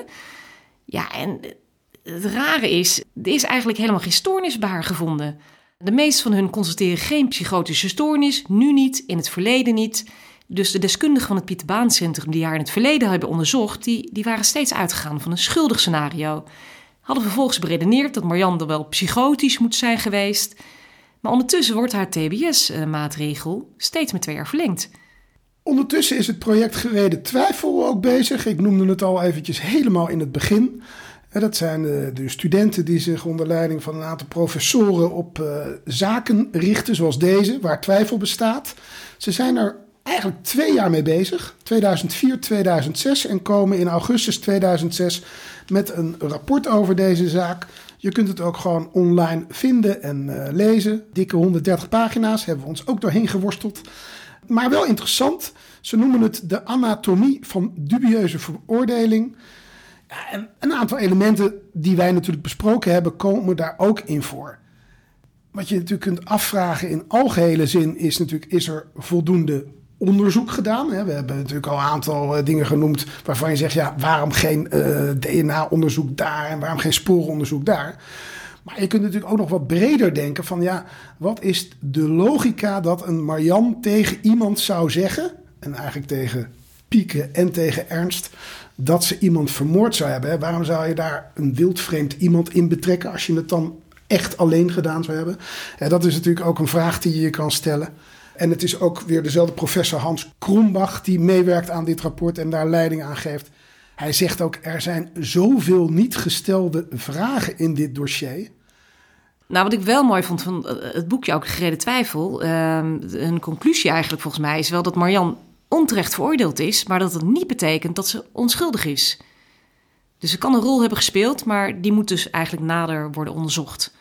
Ja, en het rare is, er is eigenlijk helemaal geen stoornis bij haar gevonden. De meeste van hun constateren geen psychotische stoornis, nu niet, in het verleden niet. Dus de deskundigen van het Pieter Baan Centrum die haar in het verleden hebben onderzocht, die, die waren steeds uitgegaan van een schuldig scenario. Hadden vervolgens beredeneerd dat Marjan dan wel psychotisch moet zijn geweest. Maar ondertussen wordt haar T B S-maatregel steeds met twee jaar verlengd. Ondertussen is het project Gereden Twijfel ook bezig. Ik noemde het al eventjes helemaal in het begin. Dat zijn de, de studenten die zich onder leiding van een aantal professoren op uh, zaken richten zoals deze, waar twijfel bestaat. Ze zijn er eigenlijk twee jaar mee bezig, tweeduizend vier, tweeduizend zes, en komen in augustus tweeduizend zes met een rapport over deze zaak. Je kunt het ook gewoon online vinden en uh, lezen. Dikke honderddertig pagina's, hebben we ons ook doorheen geworsteld. Maar wel interessant, ze noemen het de anatomie van dubieuze veroordeling. Ja, en een aantal elementen die wij natuurlijk besproken hebben, komen daar ook in voor. Wat je natuurlijk kunt afvragen in algehele zin is natuurlijk, is er voldoende onderzoek gedaan? We hebben natuurlijk al een aantal dingen genoemd waarvan je zegt, ja, waarom geen uh, D N A-onderzoek daar en waarom geen sporenonderzoek daar? Maar je kunt natuurlijk ook nog wat breder denken van ja, wat is de logica dat een Marjan tegen iemand zou zeggen, en eigenlijk tegen Pieke en tegen Ernst, dat ze iemand vermoord zou hebben. Hè? Waarom zou je daar een wildvreemd iemand in betrekken als je het dan echt alleen gedaan zou hebben? Ja, dat is natuurlijk ook een vraag die je je kan stellen. En het is ook weer dezelfde professor Hans Krombach die meewerkt aan dit rapport en daar leiding aan geeft. Hij zegt ook, er zijn zoveel niet gestelde vragen in dit dossier. Nou, wat ik wel mooi vond van het boekje, ook Gereden Twijfel, uh, een conclusie eigenlijk volgens mij is wel dat Marjan onterecht veroordeeld is, maar dat het niet betekent dat ze onschuldig is. Dus ze kan een rol hebben gespeeld, maar die moet dus eigenlijk nader worden onderzocht.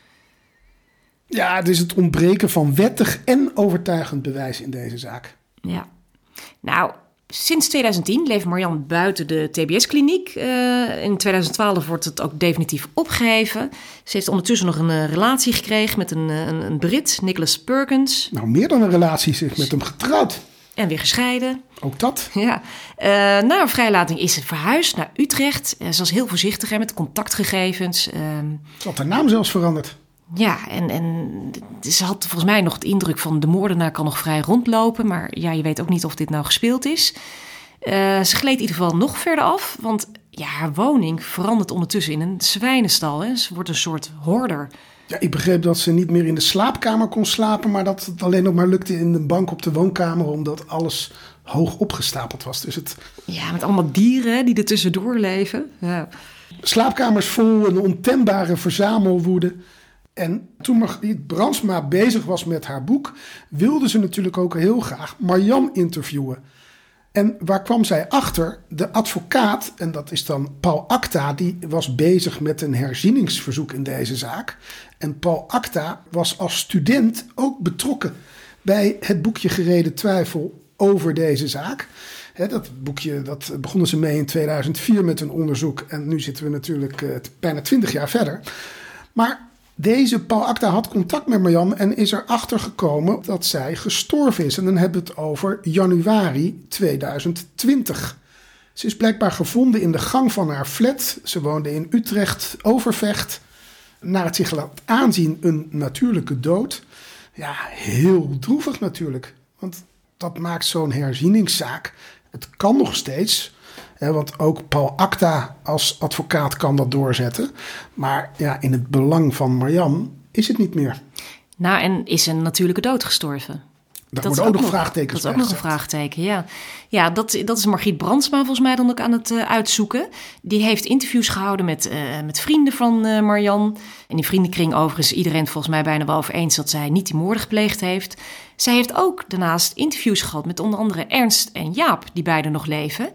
Ja, het is het ontbreken van wettig en overtuigend bewijs in deze zaak. Ja, nou, sinds twintig tien leeft Marjan buiten de T B S-kliniek. Uh, in twintig twaalf wordt het ook definitief opgeheven. Ze heeft ondertussen nog een uh, relatie gekregen met een, een, een Brit, Nicholas Perkins. Nou, meer dan een relatie, ze is met hem getrouwd. En weer gescheiden. Ook dat. Ja. Uh, na haar vrijlating is ze verhuisd naar Utrecht. Uh, ze was heel voorzichtig hè, met contactgegevens. Uh, ze had haar naam zelfs veranderd. Ja, en, en ze had volgens mij nog de indruk van de moordenaar kan nog vrij rondlopen. Maar ja, je weet ook niet of dit nou gespeeld is. Uh, ze gleed in ieder geval nog verder af. Want ja, haar woning verandert ondertussen in een zwijnenstal. Hè. Ze wordt een soort hoorder. Ja, ik begreep dat ze niet meer in de slaapkamer kon slapen, maar dat het alleen nog maar lukte in de bank op de woonkamer, omdat alles hoog opgestapeld was. Dus het... Ja, met allemaal dieren die er tussendoor leven. Ja. Slaapkamers vol een ontembare verzamelwoede. En toen Margriet Brandsma bezig was met haar boek, wilde ze natuurlijk ook heel graag Marjan interviewen. En waar kwam zij achter? De advocaat, en dat is dan Paul Acta, die was bezig met een herzieningsverzoek in deze zaak. En Paul Acta was als student ook betrokken bij het boekje Gereden Twijfel over deze zaak. He, dat boekje dat begonnen ze mee in tweeduizend vier met een onderzoek. En nu zitten we natuurlijk uh, bijna twintig jaar verder. Maar deze Paul Acta had contact met Marjan en is erachter gekomen dat zij gestorven is. En dan hebben we het over januari tweeduizend twintig. Ze is blijkbaar gevonden in de gang van haar flat. Ze woonde in Utrecht, Overvecht. Naar het zich laat aanzien een natuurlijke dood. Ja, heel droevig natuurlijk. Want dat maakt zo'n herzieningszaak. Het kan nog steeds. Hè, want ook Paul Acta als advocaat kan dat doorzetten. Maar ja, in het belang van Marjan is het niet meer. Nou, en is een natuurlijke dood gestorven? Daar worden ook nog vraagtekens bij. Dat is ook nog een vraagteken, ja. Ja, dat, dat is Margriet Brandsma volgens mij dan ook aan het uh, uitzoeken. Die heeft interviews gehouden met, uh, met vrienden van uh, Marjan. En die vriendenkring overigens iedereen volgens mij bijna wel over eens dat zij niet die moorden gepleegd heeft. Zij heeft ook daarnaast interviews gehad met onder andere Ernst en Jaap, die beiden nog leven.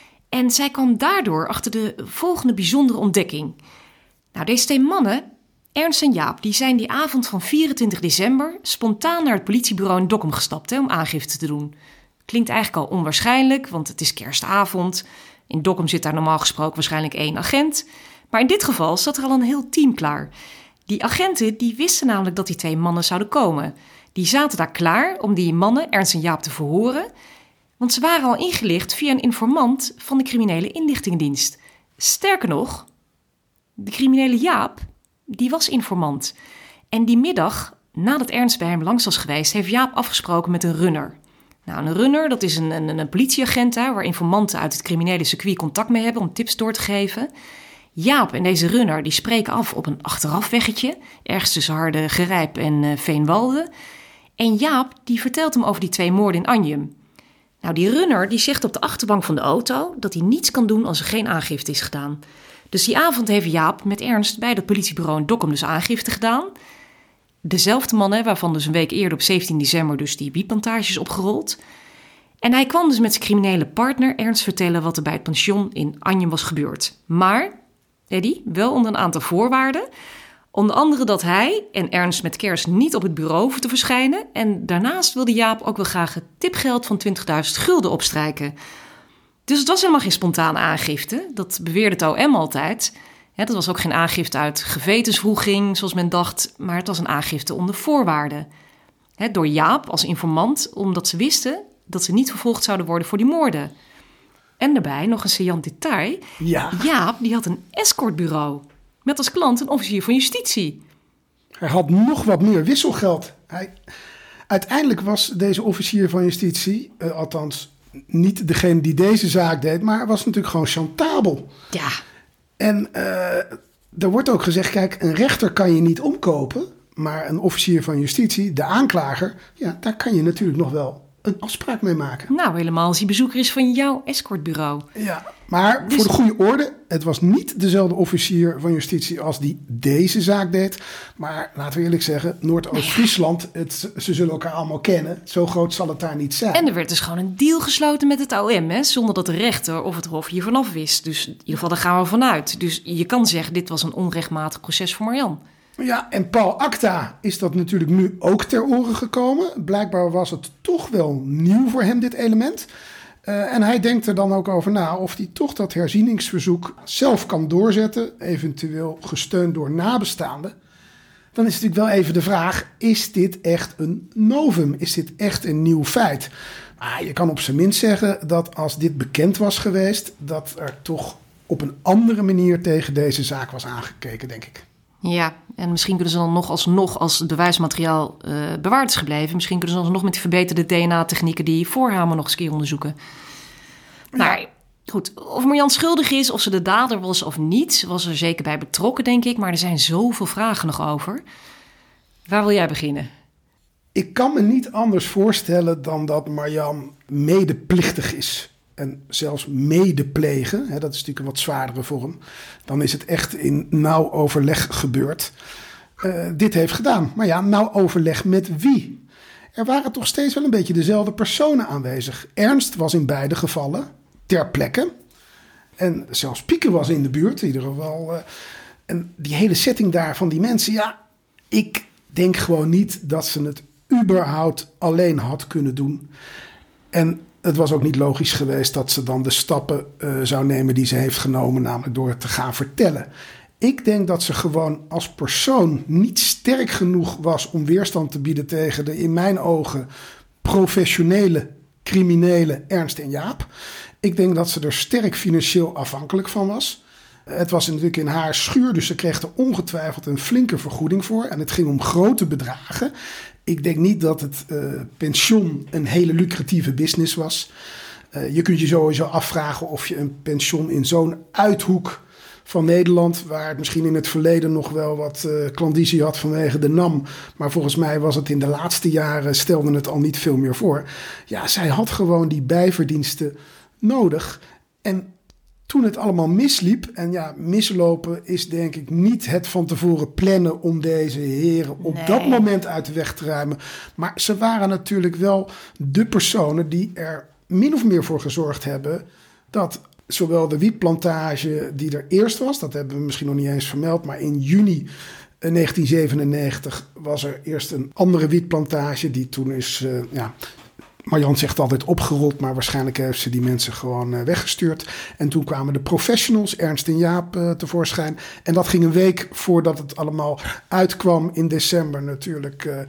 En zij kwam daardoor achter de volgende bijzondere ontdekking. Nou, deze twee mannen, Ernst en Jaap, die zijn die avond van vierentwintig december spontaan naar het politiebureau in Dokkum gestapt hè, om aangifte te doen. Klinkt eigenlijk al onwaarschijnlijk, want het is kerstavond. In Dokkum zit daar normaal gesproken waarschijnlijk één agent. Maar in dit geval zat er al een heel team klaar. Die agenten die wisten namelijk dat die twee mannen zouden komen. Die zaten daar klaar om die mannen, Ernst en Jaap, te verhoren. Want ze waren al ingelicht via een informant van de criminele inlichtingendienst. Sterker nog, de criminele Jaap, die was informant. En die middag, nadat Ernst bij hem langs was geweest, heeft Jaap afgesproken met een runner. Nou, een runner, dat is een, een, een politieagent daar, waar informanten uit het criminele circuit contact mee hebben om tips door te geven. Jaap en deze runner, die spreken af op een achterafweggetje, ergens tussen Harde Gerijp en uh, Veenwalde. En Jaap, die vertelt hem over die twee moorden in Anjem. Nou, die runner, die zegt op de achterbank van de auto dat hij niets kan doen als er geen aangifte is gedaan. Dus die avond heeft Jaap met Ernst bij dat politiebureau in Dokkum dus aangifte gedaan. Dezelfde man, hè, waarvan dus een week eerder op zeventien december dus die wietplantage is opgerold. En hij kwam dus met zijn criminele partner Ernst vertellen wat er bij het pension in Anjem was gebeurd. Maar, Eddie, wel onder een aantal voorwaarden. Onder andere dat hij en Ernst met kerst niet op het bureau hoeven te verschijnen. En daarnaast wilde Jaap ook wel graag het tipgeld van twintigduizend gulden opstrijken. Dus het was helemaal geen spontane aangifte. Dat beweerde het O M altijd. Ja, dat was ook geen aangifte uit gewetenswroeging, zoals men dacht. Maar het was een aangifte onder voorwaarden. He, door Jaap als informant, omdat ze wisten dat ze niet vervolgd zouden worden voor die moorden. En daarbij nog een saillant detail. Ja. Jaap die had een escortbureau. Met als klant een officier van justitie. Hij had nog wat meer wisselgeld. Hij, uiteindelijk was deze officier van justitie, uh, althans niet degene die deze zaak deed, maar was natuurlijk gewoon chantabel. Ja. En uh, er wordt ook gezegd, kijk, een rechter kan je niet omkopen, maar een officier van justitie, de aanklager, ja, daar kan je natuurlijk nog wel een afspraak mee maken. Nou, helemaal als hij bezoeker is van jouw escortbureau. Ja, maar dus... voor de goede orde, het was niet dezelfde officier van justitie als die deze zaak deed. Maar laten we eerlijk zeggen, Noordoost-Friesland, het, ze zullen elkaar allemaal kennen. Zo groot zal het daar niet zijn. En er werd dus gewoon een deal gesloten met het O M, hè, zonder dat de rechter of het hof hier vanaf wist. Dus in ieder geval, daar gaan we vanuit. Dus je kan zeggen, dit was een onrechtmatig proces voor Marjan. Ja, en Paul Acta is dat natuurlijk nu ook ter oren gekomen. Blijkbaar was het toch wel nieuw voor hem, dit element. Uh, en hij denkt er dan ook over na of hij toch dat herzieningsverzoek zelf kan doorzetten, eventueel gesteund door nabestaanden. Dan is natuurlijk wel even de vraag, is dit echt een novum? Is dit echt een nieuw feit? Maar je kan op zijn minst zeggen dat als dit bekend was geweest, dat er toch op een andere manier tegen deze zaak was aangekeken, denk ik. Ja, en misschien kunnen ze dan nog alsnog, als het bewijsmateriaal uh, bewaard is gebleven, misschien kunnen ze alsnog met die verbeterde D N A-technieken die voorhamer nog eens een keer onderzoeken. Ja. Maar goed, of Marjan schuldig is, of ze de dader was of niet, ze was er zeker bij betrokken, denk ik. Maar er zijn zoveel vragen nog over. Waar wil jij beginnen? Ik kan me niet anders voorstellen dan dat Marjan medeplichtig is. En zelfs medeplegen, hè, dat is natuurlijk een wat zwaardere vorm. Dan is het echt in nauw overleg gebeurd. Uh, dit heeft gedaan. Maar ja, nauw overleg met wie? Er waren toch steeds wel een beetje dezelfde personen aanwezig. Ernst was in beide gevallen ter plekke. En zelfs Pieke was in de buurt. In ieder geval. Uh, en die hele setting daar van die mensen. Ja, ik denk gewoon niet dat ze het überhaupt alleen had kunnen doen. En het was ook niet logisch geweest dat ze dan de stappen uh, zou nemen die ze heeft genomen, namelijk door het te gaan vertellen. Ik denk dat ze gewoon als persoon niet sterk genoeg was om weerstand te bieden tegen de, in mijn ogen, professionele, criminele Ernst en Jaap. Ik denk dat ze er sterk financieel afhankelijk van was. Het was natuurlijk in haar schuur, dus ze kreeg er ongetwijfeld een flinke vergoeding voor. En het ging om grote bedragen. Ik denk niet dat het uh, pensioen een hele lucratieve business was. Uh, je kunt je sowieso afvragen of je een pensioen in zo'n uithoek van Nederland, waar het misschien in het verleden nog wel wat uh, klandizie had vanwege de N A M. Maar volgens mij was het in de laatste jaren, stelde het al niet veel meer voor. Ja, zij had gewoon die bijverdiensten nodig. En toen het allemaal misliep, en ja, mislopen is denk ik niet het van tevoren plannen om deze heren op nee. dat moment uit de weg te ruimen. Maar ze waren natuurlijk wel de personen die er min of meer voor gezorgd hebben dat zowel de wietplantage die er eerst was, dat hebben we misschien nog niet eens vermeld, maar in juni negentien zevenennegentig was er eerst een andere wietplantage die toen is, uh, ja, Marjan zegt altijd opgerold, maar waarschijnlijk heeft ze die mensen gewoon uh, weggestuurd. En toen kwamen de professionals, Ernst en Jaap, uh, tevoorschijn. En dat ging een week voordat het allemaal uitkwam in december natuurlijk. Uh,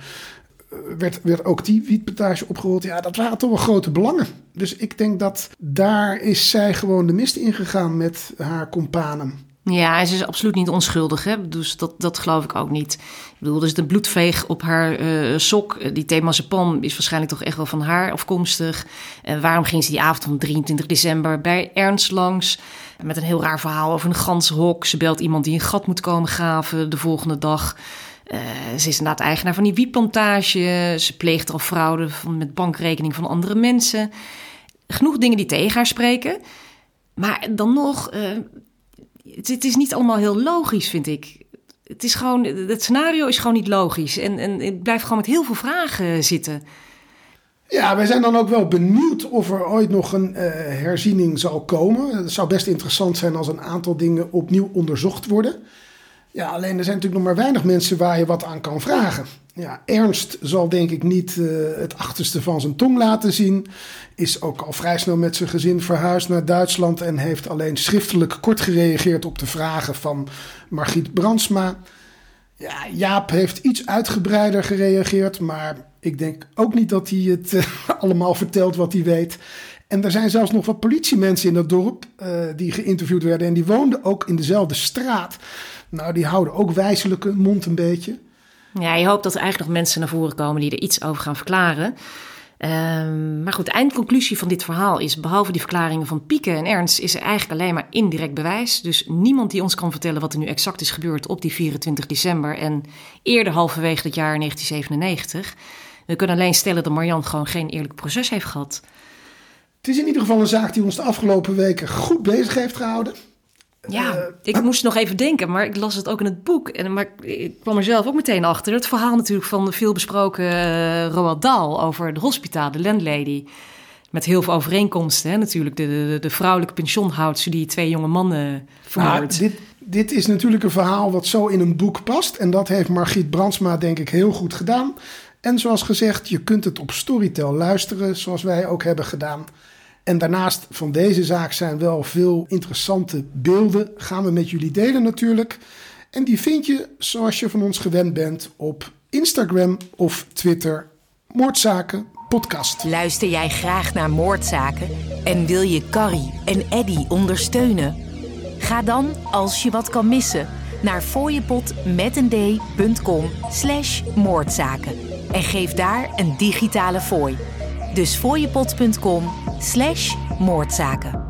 werd, werd ook die wietplantage opgerold. Ja, dat waren toch wel grote belangen. Dus ik denk dat daar is zij gewoon de mist ingegaan met haar companen. Ja, en ze is absoluut niet onschuldig, hè? Dus dat, dat geloof ik ook niet. Ik bedoel, dus de bloedveeg op haar uh, sok, die themazepan is waarschijnlijk toch echt wel van haar afkomstig. Uh, waarom ging ze die avond van drieëntwintig december bij Ernst langs? Met een heel raar verhaal over een ganzenhok. Ze belt iemand die een gat moet komen graven de volgende dag. Uh, ze is inderdaad eigenaar van die wietplantage. Ze pleegt al fraude van, met bankrekening van andere mensen. Genoeg dingen die tegen haar spreken. Maar dan nog, Uh, Het, het is niet allemaal heel logisch, vind ik. Het is gewoon, het scenario is gewoon niet logisch. En, en ik blijf gewoon met heel veel vragen zitten. Ja, wij zijn dan ook wel benieuwd of er ooit nog een uh, herziening zal komen. Het zou best interessant zijn als een aantal dingen opnieuw onderzocht worden. Ja, alleen er zijn natuurlijk nog maar weinig mensen waar je wat aan kan vragen. Ja, Ernst zal denk ik niet uh, het achterste van zijn tong laten zien. Is ook al vrij snel met zijn gezin verhuisd naar Duitsland en heeft alleen schriftelijk kort gereageerd op de vragen van Margriet Brandsma. Ja, Jaap heeft iets uitgebreider gereageerd, maar ik denk ook niet dat hij het uh, allemaal vertelt wat hij weet. En er zijn zelfs nog wat politiemensen in dat dorp uh, die geïnterviewd werden en die woonden ook in dezelfde straat. Nou, die houden ook wijselijk hun mond een beetje. Ja, je hoopt dat er eigenlijk nog mensen naar voren komen die er iets over gaan verklaren. Um, maar goed, de eindconclusie van dit verhaal is, behalve die verklaringen van Pieke en Ernst, is er eigenlijk alleen maar indirect bewijs. Dus niemand die ons kan vertellen wat er nu exact is gebeurd op die vierentwintig december en eerder halverwege het jaar negentien zevenennegentig. We kunnen alleen stellen dat Marjan gewoon geen eerlijk proces heeft gehad. Het is in ieder geval een zaak die ons de afgelopen weken goed bezig heeft gehouden. Ja, uh, ik maar... moest nog even denken, maar ik las het ook in het boek. En, maar ik kwam er zelf ook meteen achter. Het verhaal natuurlijk van de veelbesproken uh, Roald Dahl over de hospita, de landlady. Met heel veel overeenkomsten, hè, natuurlijk. De, de, de vrouwelijke pensionhoudster die twee jonge mannen vermoordt. Nou, dit, dit is natuurlijk een verhaal wat zo in een boek past. En dat heeft Margriet Brandsma denk ik heel goed gedaan. En zoals gezegd, je kunt het op Storytel luisteren, zoals wij ook hebben gedaan. En daarnaast van deze zaak zijn wel veel interessante beelden. Gaan we met jullie delen natuurlijk. En die vind je, zoals je van ons gewend bent, op Instagram of Twitter. Moordzaken podcast. Luister jij graag naar Moordzaken en wil je Carrie en Eddy ondersteunen? Ga dan, als je wat kan missen, naar fooiepot met een d.com slash moordzaken. En geef daar een digitale fooi. Dus fooiepot.com slash moordzaken.